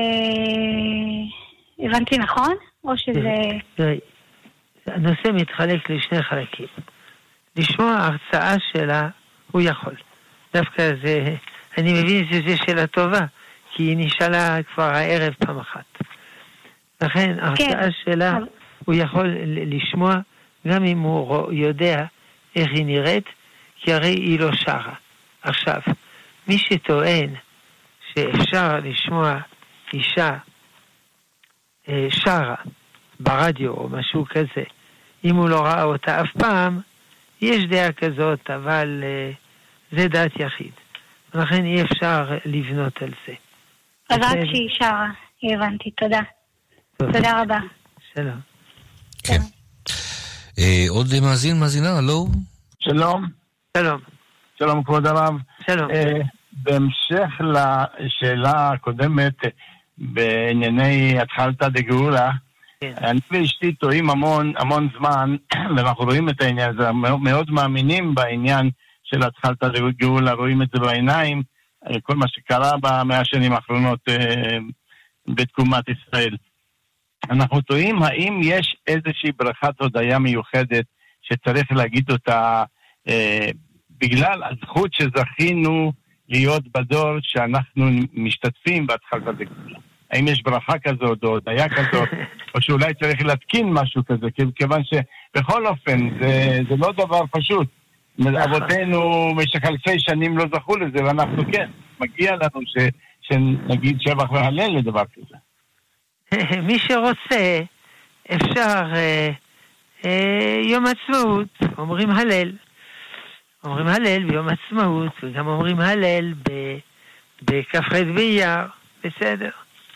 הבנתי נכון? או שזה... תראי, הנושא מתחלק לשני חלקים. לשמוע הרצאה שלה, הוא יכול. דווקא זה... אני מבין שזו שאלה טובה, כי היא נשאלה כבר הערב פעם אחת. לכן, הרצאה שלה, הוא יכול לשמוע, גם אם הוא יודע איך היא נראית, כי הרי היא לא שרה. עכשיו, מי שטוען שאפשר לשמוע אישה אה, שרה ברדיו או משהו כזה, אם הוא לא ראה אותה אף פעם, יש דעה כזאת, אבל אה, זה דעת יחיד. לכן אי אפשר לבנות על זה. אז רק שהיא שרה, הבנתי, תודה. טוב. תודה רבה. שלום. כן. אה, עוד מאזין, מאזינה, לא? שלום. שלום. שלום כבוד הרב. שלום. אה, בהמשך לשאלה הקודמת בענייני התחלתא דגאולה, כן. אני ואשתי טועים המון, המון זמן, ואנחנו רואים את העניין הזה, מאוד מאמינים בעניין של התחלתא דגאולה, רואים את זה בעיניים, כל מה שקרה במאה השנים האחרונות אה, בתקומת ישראל. אנחנו טועים האם יש איזושהי ברכת הודיה מיוחדת שצריך להגיד אותה אה, בגלל הזכות שזכינו להיות בדור שאנחנו משתתפים בהתחלתא דגאולה. האם יש ברכה כזאת או הודיה כזאת, או שאולי צריך להתקין משהו כזה, כיוון שבכל אופן זה, זה לא דבר פשוט. אבותינו במשך אלפי שנים לא זכו לזה, ואנחנו כן, מגיע לנו ש, שנגיד שבח והלל לדבר כזה. מי שרוצה, אפשר אה, אה, יום עצמאות, אומרים הלל. אומרים הלל ביום עצמאות, וגם אומרים הלל בכ"ח באייר, בסדר.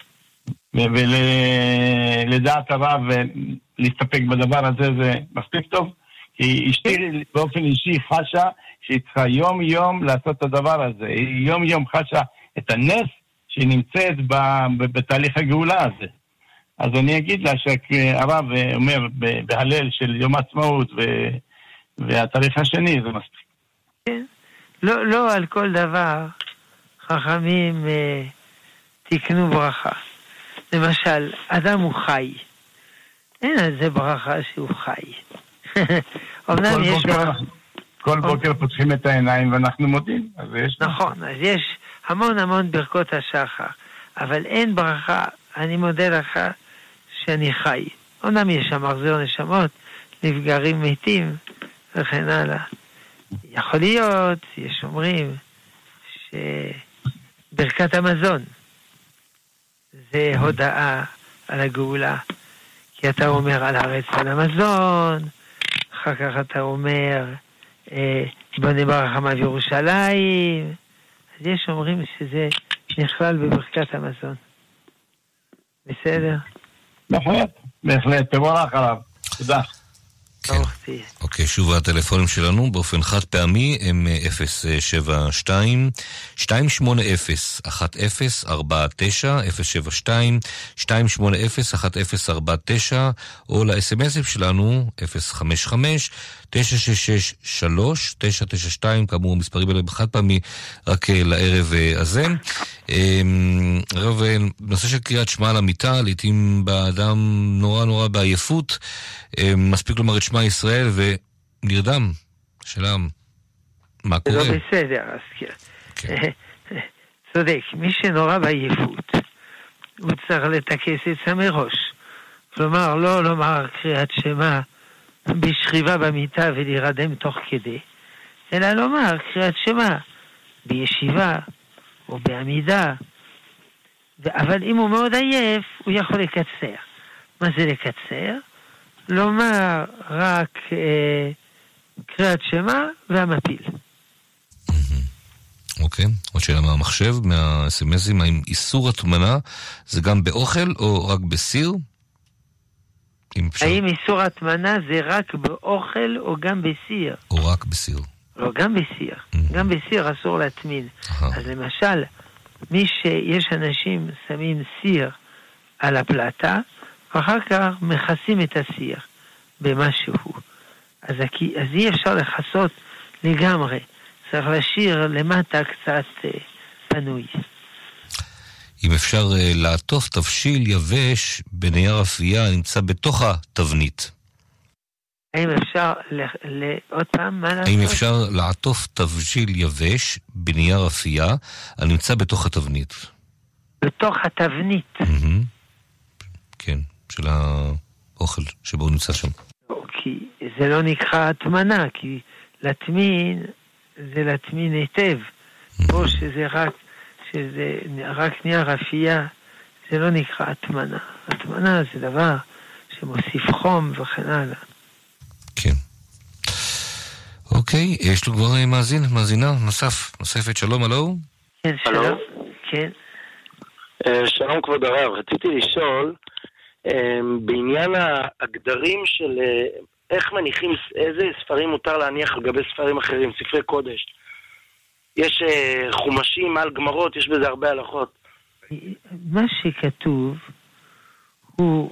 ולדעת הרב, להסתפק בדבר הזה זה מספיק טוב, כי אשתי באופן אישי חשה שהיא צריכה יום יום לעשות את הדבר הזה. היא יום יום חשה את הנס שהיא נמצאת בתהליך הגאולה הזה. אז אני אגיד לה שהרב אומר בהלל של יום עצמאות והתאריך השני זה מספיק. כן. לא, לא על כל דבר חכמים אה, תקנו ברכה. למשל, אדם הוא חי. אין על זה ברכה שהוא חי. כל, יש בוקר, ברכה... כל בוקר פותחים את העיניים ואנחנו מודים. אז יש נכון, אז יש המון המון ברכות השחר. אבל אין ברכה, אני מודה לך שאני חי. אומנם יש שם מחזור נשמות, נפגרים מתים וכן הלאה. יכול להיות, יש אומרים, שברכת המזון זה הודעה על הגאולה, כי אתה אומר על הארץ על המזון, אחר כך אתה אומר בונה ברחמה בירושלים, אז יש אומרים שזה נכלל בברכת המזון. בסדר? בהחלט, בהחלט, תבורך הרב, תודה. אוקיי, שוב הטלפונים שלנו באופן חד פעמי הם אפס שבע שתיים שתיים שמונה אפס אחת אפס ארבע תשע אפס שבע שתיים שתיים שמונה אפס אחת אפס ארבע תשע או ל-אס-אם-אסים שלנו אפס חמש חמש תשע שש שש שלוש תשע תשע שתיים, כאמור המספרים האלה בחד פעמי רק לערב הזה. הרב, נושא של קריאת שמע על המיטה, לעתים באדם נורא נורא בעייפות, מספיק לומר את שמע ישראל ונרדם. שאלה, מה קורה? זה לא בסדר, אז כן. צודק, מי שנורא בעייפות, הוא צריך לתקס עצה מראש. כלומר, לא לומר קריאת שמע בשכיבה במיטה ולהירדם תוך כדי, אלא לומר קריאת שמע בישיבה או בעמידה. אבל אם הוא מאוד עייף, הוא יכול לקצר. מה זה לקצר? לומר רק אה, קריאת שמע והמפיל. אוקיי, עוד שאלה מהמחשב, מה-אס-אם-אסים, האם איסור הטמנה זה גם באוכל או רק בסיר? האם איסור הטמנה זה רק באוכל או גם בסיר? או רק בסיר? לא, גם בסיר. גם בסיר אסור להטמין. אז למשל, מי שיש אנשים שמים סיר על הפלטה, ואחר כך מכסים את הסיר במשהו. אז, אז אי אפשר לחסות לגמרי. צריך להשאיר למטה קצת אה, פנוי. אם אפשר לעטוף תבשיל יבש בנייר אפייה נמצא בתוך התבנית. האם אפשר, ל... ל... עוד פעם, מה לעשות? האם אפשר לעטוף תבשיל יבש בנייר אפייה הנמצא בתוך התבנית? בתוך התבנית? כן, של האוכל שבו הוא נמצא שם. כי זה לא נקרא התמנה, כי לטמין זה לטמין היטב. פה שזה רק, שזה רק נייר אפייה, זה לא נקרא התמנה. התמנה זה דבר שמוסיף חום וכן הלאה. כן. אוקיי, יש לו כבר מאזין, מאזינה, נוסף, נוספת, שלום, הלו? כן, שלום. כן. שלום כבוד הרב, רציתי לשאול בעניין הגדרים של איך מניחים, איזה ספרים מותר להניח על גבי ספרים אחרים, ספרי קודש. יש חומשים על גמרות, יש בזה הרבה הלכות. מה שכתוב הוא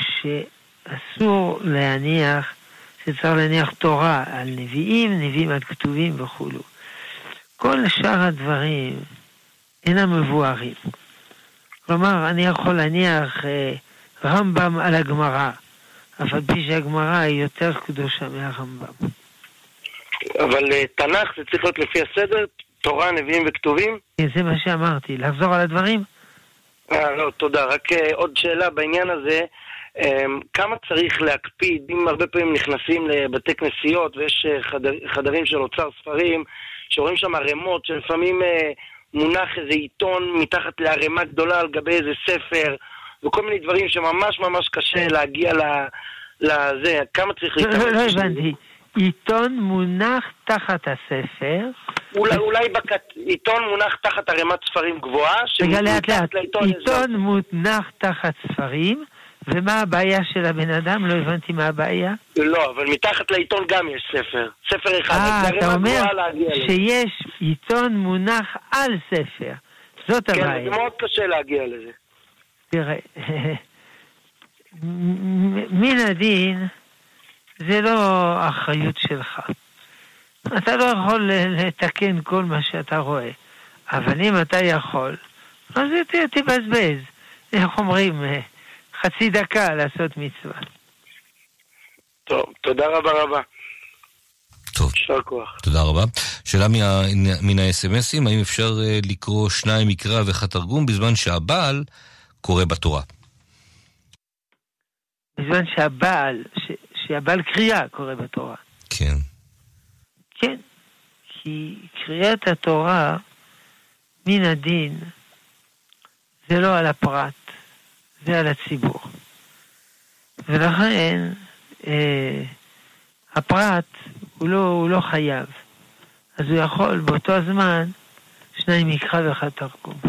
שאסור להניח, שצריך להניח תורה על נביאים, נביאים על כתובים וכו'. כל שאר הדברים אינם מבוארים. כלומר, אני יכול להניח אה, רמב"ם על הגמרא, אבל פי שהגמרא היא יותר קדושה מהרמב"ם. אבל uh, תנ"ך זה צריך להיות לפי הסדר, תורה, נביאים וכתובים? זה מה שאמרתי, לחזור על הדברים? אה, לא, תודה. רק uh, עוד שאלה בעניין הזה, um, כמה צריך להקפיד, אם הרבה פעמים נכנסים לבתי כנסיות ויש uh, חדר, חדרים של אוצר ספרים, שרואים שם ערימות, שלפעמים uh, מונח איזה עיתון מתחת לערימה גדולה על גבי איזה ספר, וכל מיני דברים שממש ממש קשה להגיע לזה, כמה צריך להתאמץ? לא, לא הבנתי. עיתון מונח תחת הספר. אולי, אולי בקט... עיתון מונח תחת ערימת ספרים גבוהה. רגע, לאט לאט. עיתון מונח תחת ספרים, ומה הבעיה של הבן אדם? לא הבנתי מה הבעיה. לא, אבל מתחת לעיתון גם יש ספר. ספר אחד. אה, אתה אומר שיש עיתון מונח על ספר. זאת הבעיה. כן, זה מאוד קשה להגיע לזה. תראה, מן הדין זה לא אחריות שלך. אתה לא יכול לתקן כל מה שאתה רואה. אבל אם אתה יכול, אז תבזבז. איך אומרים, חצי דקה לעשות מצווה. טוב, תודה רבה רבה. טוב. שר כוח. תודה רבה. שאלה מן ה-אס אם אסים, האם אפשר לקרוא שניים מקרא ואחד תרגום בזמן שהבעל קורא בתורה? בזמן שהבעל, ש... שהבעל קריאה קורא בתורה. כן. כן. כי קריאת התורה מן הדין זה לא על הפרט, זה על הציבור. ולכן אה, הפרט הוא לא, הוא לא חייב. אז הוא יכול באותו הזמן שניים מקרא ואחד תרגום.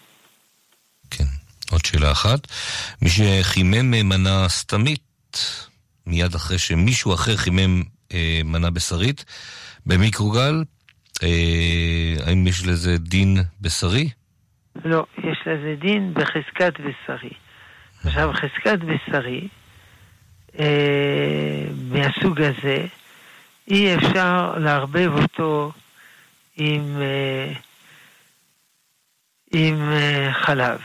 עוד שאלה אחת, מי שחימם מנה סתמית, מיד אחרי שמישהו אחר חימם אה, מנה בשרית, במיקרוגל, אה, האם יש לזה דין בשרי? לא, יש לזה דין בחזקת בשרי. עכשיו, חזקת בשרי, אה, מהסוג הזה, אי אפשר להרבב אותו עם, אה, עם אה, חלב.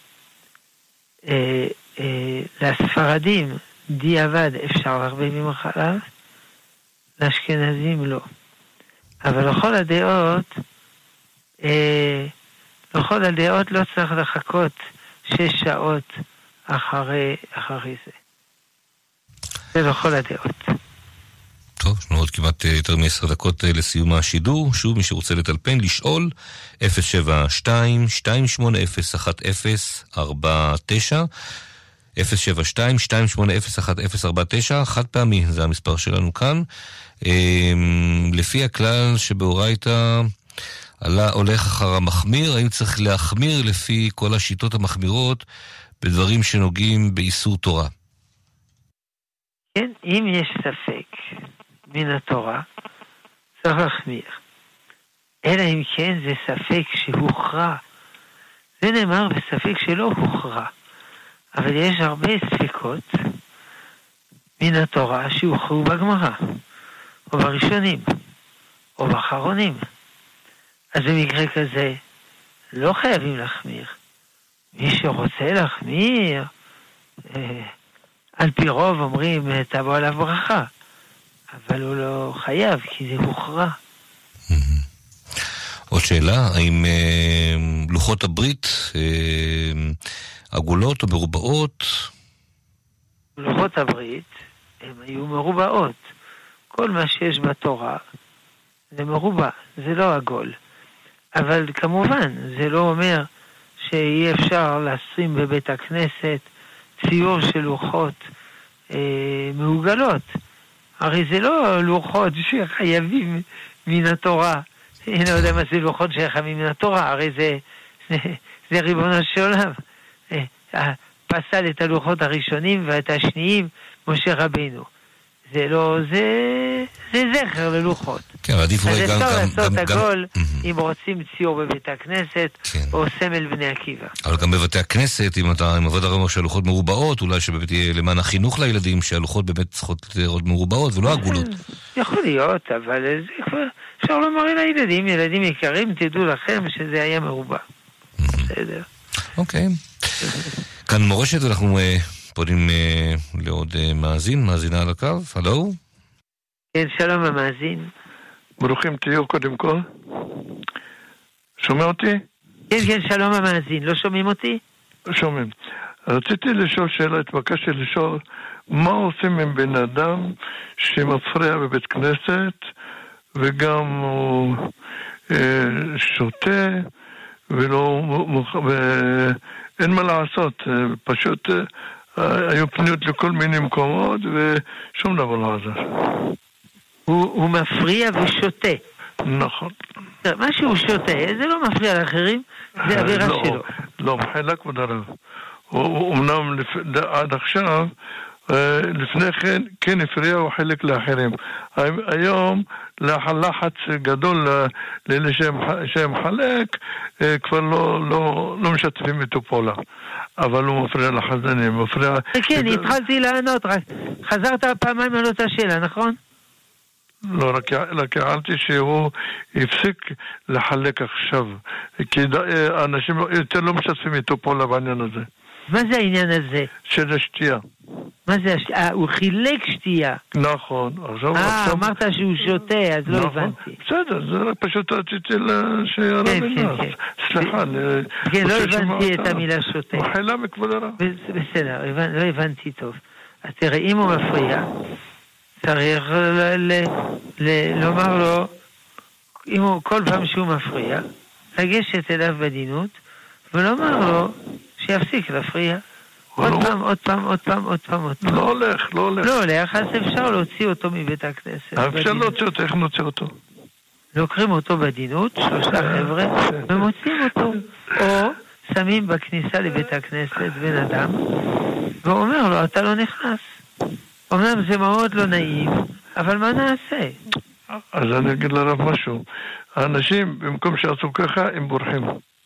אה, אה, לספרדים דיעבד אפשר להרבב עם החלב, לאשכנזים לא. אבל לכל הדעות, אה, לכל הדעות לא צריך לחכות שש שעות אחרי, אחרי זה. זה לכל הדעות. טוב, יש לנו עוד כמעט יותר מ-עשר דקות לסיום השידור. שוב, מי שרוצה לטלפן, לשאול, אפס שבע שתיים שתיים שמונה אפס אחת אפס ארבע תשע, אפס שבע שתיים שתיים שמונה אפס אחת אפס ארבע תשע, חד פעמי, זה המספר שלנו כאן. לפי הכלל שבאורייתא עלה הולך אחר המחמיר, האם צריך להחמיר לפי כל השיטות המחמירות בדברים שנוגעים באיסור תורה? כן, אם יש ספק מן התורה, צריך להחמיר. אלא אם כן זה ספק שהוכרע. זה נאמר בספק שלא הוכרע. אבל יש הרבה ספקות מן התורה שהוכרעו בגמרא, או בראשונים, או באחרונים. אז במקרה כזה לא חייבים להחמיר. מי שרוצה להחמיר, על פי רוב אומרים תבוא עליו ברכה, אבל הוא לא חייב, כי זה הוכרע. עוד שאלה, האם אה, לוחות הברית אה, עגולות או מרובעות? לוחות הברית הם היו מרובעות. כל מה שיש בתורה זה מרובע, זה לא עגול. אבל כמובן, זה לא אומר שאי אפשר לשים בבית הכנסת ציור של לוחות אה, מעוגלות. הרי זה לא לוחות שחייבים מן התורה. אני לא יודע מה זה לוחות שחייבים מן התורה, הרי זה, זה, זה ריבונו של עולם. אה, פסל את הלוחות הראשונים ואת השניים, משה רבינו. זה לא, זה, זה זכר ללוחות. כן, עדיף אולי גם... אז אפשר לעשות גם, עגול גם... אם רוצים ציור בבית הכנסת, כן. או סמל בני עקיבא. אבל גם בבתי הכנסת, אם אתה עם עבוד הרמר שהלוחות מרובעות, אולי שבאמת יהיה למען החינוך לילדים, שהלוחות באמת צריכות להיות מרובעות ולא עגולות. יכול להיות, אבל זה כבר... אפשר לומר לילדים, ילדים יקרים, תדעו לכם שזה היה מרובע. בסדר. אוקיי. כאן מורשת, אנחנו פונים לעוד מאזין, מאזינה על הקו. הלו? כן, שלום המאזין. ברוכים תהיו קודם כל. שומע אותי? כן, כן, שלום המאזין. לא שומעים אותי? שומעים. רציתי לשאול שאלה, התבקשתי לשאול, מה עושים עם בן אדם שמפריע בבית כנסת, וגם הוא אה, שותה, ולא, ואין מה לעשות, פשוט אה, היו פניות לכל מיני מקומות, ושום דבר לא עזר. הוא, הוא מפריע ושותה. נכון. מה שהוא שותה, זה לא מפריע לאחרים, זה עבירה לא, שלו. לא, מחילה כבוד הרב. הוא אמנם לפ... עד עכשיו, לפני כן, כן הפריע הוא חלק לאחרים. היום, לחץ גדול לאלה שהם חלק, כבר לא, לא, לא משתפים איתו פעולה. אבל הוא מפריע לחזנים, מפריע... כן, התחלתי לענות, רק חזרת פעמיים על אותה שאלה, נכון? לא, רק הערתי שהוא הפסיק לחלק עכשיו, כי אנשים יותר לא משתפים איתו פעולה בעניין הזה. מה זה העניין הזה? של השתייה. מה זה השתייה? הוא חילק שתייה. נכון. אה, אמרת שהוא שותה, אז לא הבנתי. בסדר, זה רק פשוט רציתי שיראה בנס. סליחה. כן, לא הבנתי את המילה שותה. מחילה מכבוד הרב. בסדר, לא הבנתי טוב. אז תראה, אם הוא מפריע, צריך לומר לו, אם הוא כל פעם שהוא מפריע, לגשת אליו בדינות, ולומר לו שיפסיק להפריע. עוד פעם, עוד פעם, עוד פעם, עוד פעם, עוד פעם. לא הולך, לא הולך. לא הולך, אז אפשר להוציא אותו מבית הכנסת. אפשר להוציא אותו, איך נוציא אותו? לוקחים אותו בדינות, שלושה חבר'ה, ומוצאים אותו. או שמים בכניסה לבית הכנסת בן אדם, ואומר לו, אתה לא נכנס. אומנם זה מאוד לא נעים, אבל מה נעשה? אז אני אגיד לרב משהו. האנשים, במקום שעשו ככה, הם בורחים.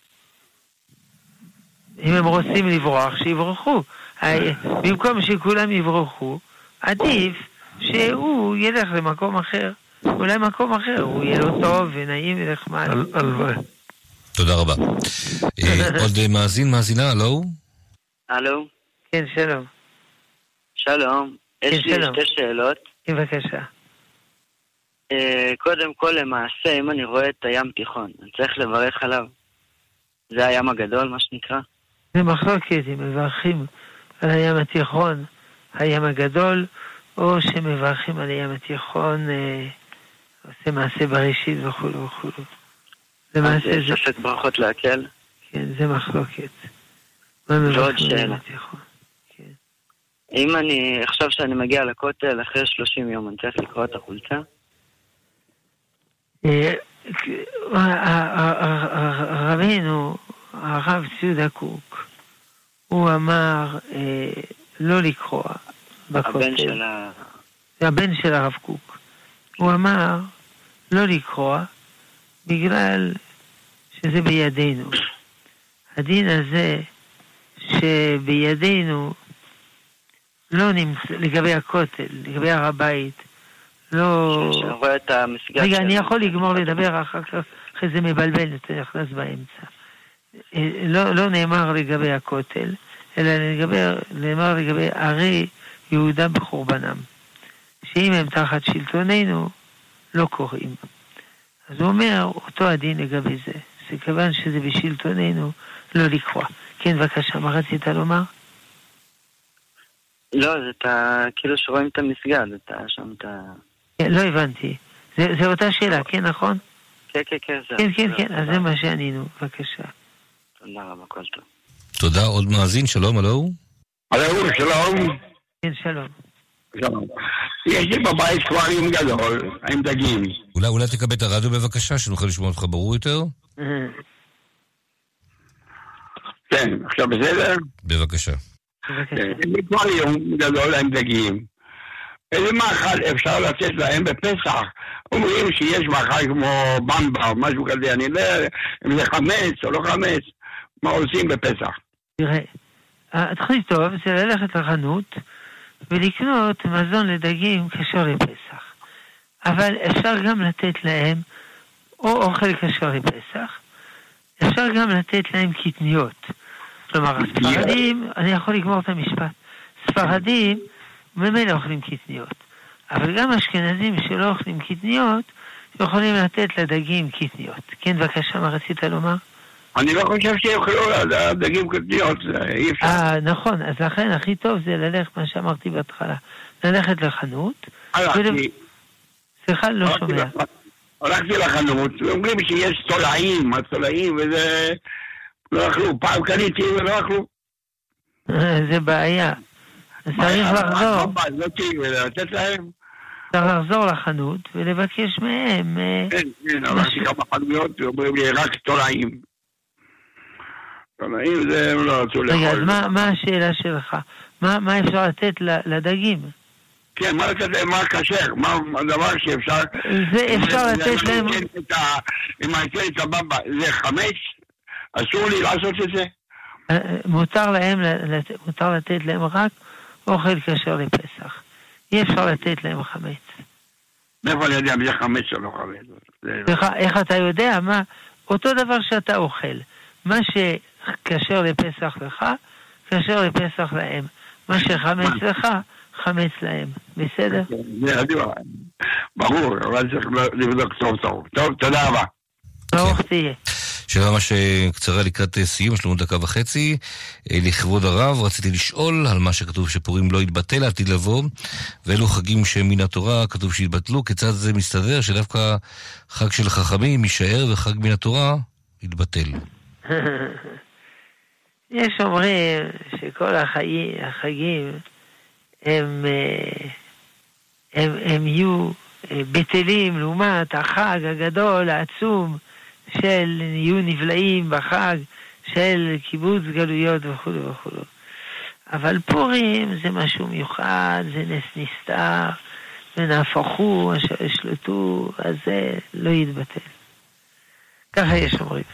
אם הם רוצים לברוח, שיברחו. במקום שכולם יברחו, עדיף שהוא ילך למקום אחר. אולי מקום אחר, הוא יהיה לו טוב ונעים ונחמד. הלוואי. תודה רבה. עוד מאזין, מאזינה, הלו? הלו? כן, שלום. שלום. יש לי שתי שאלות. בבקשה. קודם כל, למעשה, אם אני רואה את הים תיכון, אני צריך לברך עליו. זה הים הגדול, מה שנקרא? זה מחלוקת, אם מברכים על הים התיכון, הים הגדול, או שמברכים על הים התיכון, אה, עושה מעשה בראשית וכו' וכו'. למעשה זה... שפט ברכות להקל? כן, זה מחלוקת. ועוד שאלה. כן. אם אני, עכשיו שאני מגיע לכותל, אחרי שלושים יום, אני צריך לקרוא את החולצה? רבינו, הרב ציודה קוק, הוא אמר לא לקרוא בכותל. הבן של ה... הבן של הרב קוק. הוא אמר לא לקרוא בגלל שזה בידינו. הדין הזה שבידינו לא נמצא, לגבי הכותל, לגבי הר הבית, לא... שרואה את המסגד... רגע, אני יכול לגמור לדבר אחר כך, אחרי זה מבלבל, אתה נכנס באמצע. לא, לא נאמר לגבי הכותל, אלא לגבי, נאמר לגבי ערי יהודה בחורבנם. שאם הם תחת שלטוננו, לא קוראים. אז הוא אומר, אותו הדין לגבי זה. זה כיוון שזה בשלטוננו, לא לקרוא. כן, בבקשה, מה רצית לומר? לא, זה אתה, כאילו שרואים את המסגד, אתה שם את ה... כן, לא הבנתי. זה, זה אותה שאלה, כן, נכון? כן, כן, כן. זה, כן, כן, זה, כן, זה, אז זה. זה מה שענינו, בבקשה. תודה רבה, כל טוב. תודה, עוד מאזין, שלום, הלו? הלו, שלום. כן, שלום. שלום. יש לי בבית קברים גדול, עם דגים. אולי, אולי תקבל את הרדיו בבקשה, שנוכל לשמוע אותך ברור יותר? כן, עכשיו בסדר? בבקשה. יש לי קברים גדול עם דגים. איזה מאכל אפשר לתת להם בפסח? אומרים שיש מאכל כמו במבה, משהו כזה, אני לא יודע אם זה חמץ או לא חמץ. מה עושים בפסח? תראה, התחיל טוב זה ללכת לחנות ולקנות מזון לדגים כשר לפסח. אבל אפשר גם לתת להם או אוכל כשר לפסח, אפשר גם לתת להם קטניות. כלומר, הספרדים, אני יכול לגמור את המשפט, ספרדים ממילא אוכלים קטניות. אבל גם אשכנזים שלא אוכלים קטניות, יכולים לתת לדגים קטניות. כן, בבקשה, מה רצית לומר? אני לא חושב שיוכלו לדגים קטניות, אי אפשר. אה, נכון, אז לכן הכי טוב זה ללכת, מה שאמרתי בהתחלה, ללכת לחנות. הלכתי. סליחה, לא שומע. הלכתי לחנות, ואומרים שיש צולעים, הצולעים, וזה... לא אכלו, פעם קניתי ולא אכלו. זה בעיה. צריך לחזור. לתת להם. צריך לחזור לחנות ולבקש מהם. כן, כן, הלכתי כמה חנויות ואומרים לי רק צולעים. צולעים זה הם לא רצו לאכול. רגע, אז מה השאלה שלך? מה אפשר לתת לדגים? כן, מה לתת להם, מה כשר? מה הדבר שאפשר... זה אפשר לתת להם... אם הייתה לי סבבה, זה חמש? אסור לי לעשות את זה? מותר להם, מותר לתת להם רק אוכל כשר לפסח. אי אפשר לתת להם חמץ. מאיפה אני יודע אם זה חמץ או לא חמץ? איך אתה יודע? מה? אותו דבר שאתה אוכל. מה שכשר לפסח לך, כשר לפסח להם. מה שחמץ לך, חמץ להם. בסדר? זה ידוע. ברור, אבל צריך לבדוק טוב טוב. טוב, תודה רבה. ברוך תהיה. שאלה ממש קצרה לקראת סיום, יש לנו דקה וחצי. לכבוד הרב, רציתי לשאול על מה שכתוב שפורים לא יתבטל, עתיד לבוא, ואלו חגים שמן התורה כתוב שיתבטלו, כיצד זה מסתדר שדווקא חג של חכמים יישאר וחג מן התורה יתבטל? יש אומרים שכל החגים, החגים הם, הם, הם יהיו בטלים לעומת החג הגדול, העצום, של יהיו נבלעים בחג של קיבוץ גלויות וכו' וכו'. אבל פורים זה משהו מיוחד, זה נס נסתר, ונהפכו אשר ישלטו, אז זה לא יתבטל. ככה יש אומרים.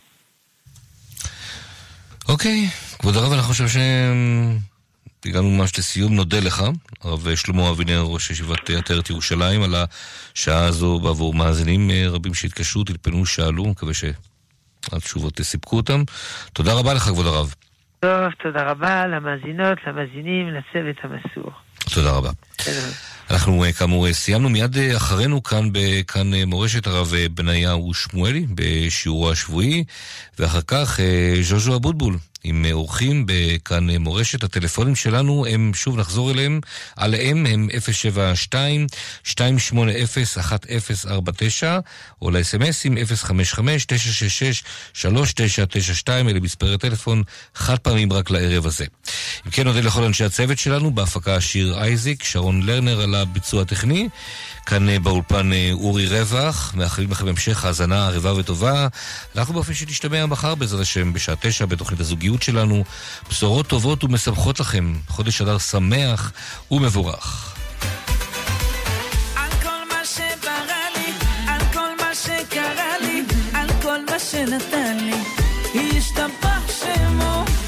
אוקיי, כבוד הרב, אני חושב שהגענו ממש לסיום. נודה לך, הרב שלמה אבינר, ראש ישיבת עטרת ירושלים, על השעה הזו בעבור מאזינים רבים שהתקשרו, תלפנו, שאלו, מקווה שהתשובות תסיפקו אותם. תודה רבה לך, כבוד הרב. טוב, תודה רבה למאזינות, למאזינים, לצוות המסור. תודה רבה. אנחנו כאמור סיימנו. מיד אחרינו כאן בכאן מורשת הרב בניהו שמואלי בשיעורו השבועי, ואחר כך ז'וז'ו אבוטבול עם אורחים בכאן מורשת. הטלפונים שלנו הם, שוב נחזור אליהם, עליהם הם אפס שבע שתיים שתיים שמונה אפס אחת אפס ארבע תשע, או ל-אס-אם-אסים אפס חמש חמש תשע שש שש שלוש תשע תשע שתיים, אלה מספרי טלפון חד פעמים רק לערב הזה. אם כן, נודה לכל אנשי הצוות שלנו, בהפקה שיר אייזיק, שרון לרנר על הביצוע הטכני, כאן באולפן אורי רווח, מאחלים לכם המשך האזנה ערבה וטובה. אנחנו באופן שתשתמע מחר בעזרת השם בשעה תשע בתוכנית הזוגיות שלנו. בשורות טובות ומשמחות לכם, חודש אדר שמח ומבורך. על כל מה שברא לי, על כל מה שקרה לי, על כל מה שנתן לי, ישתבח שמו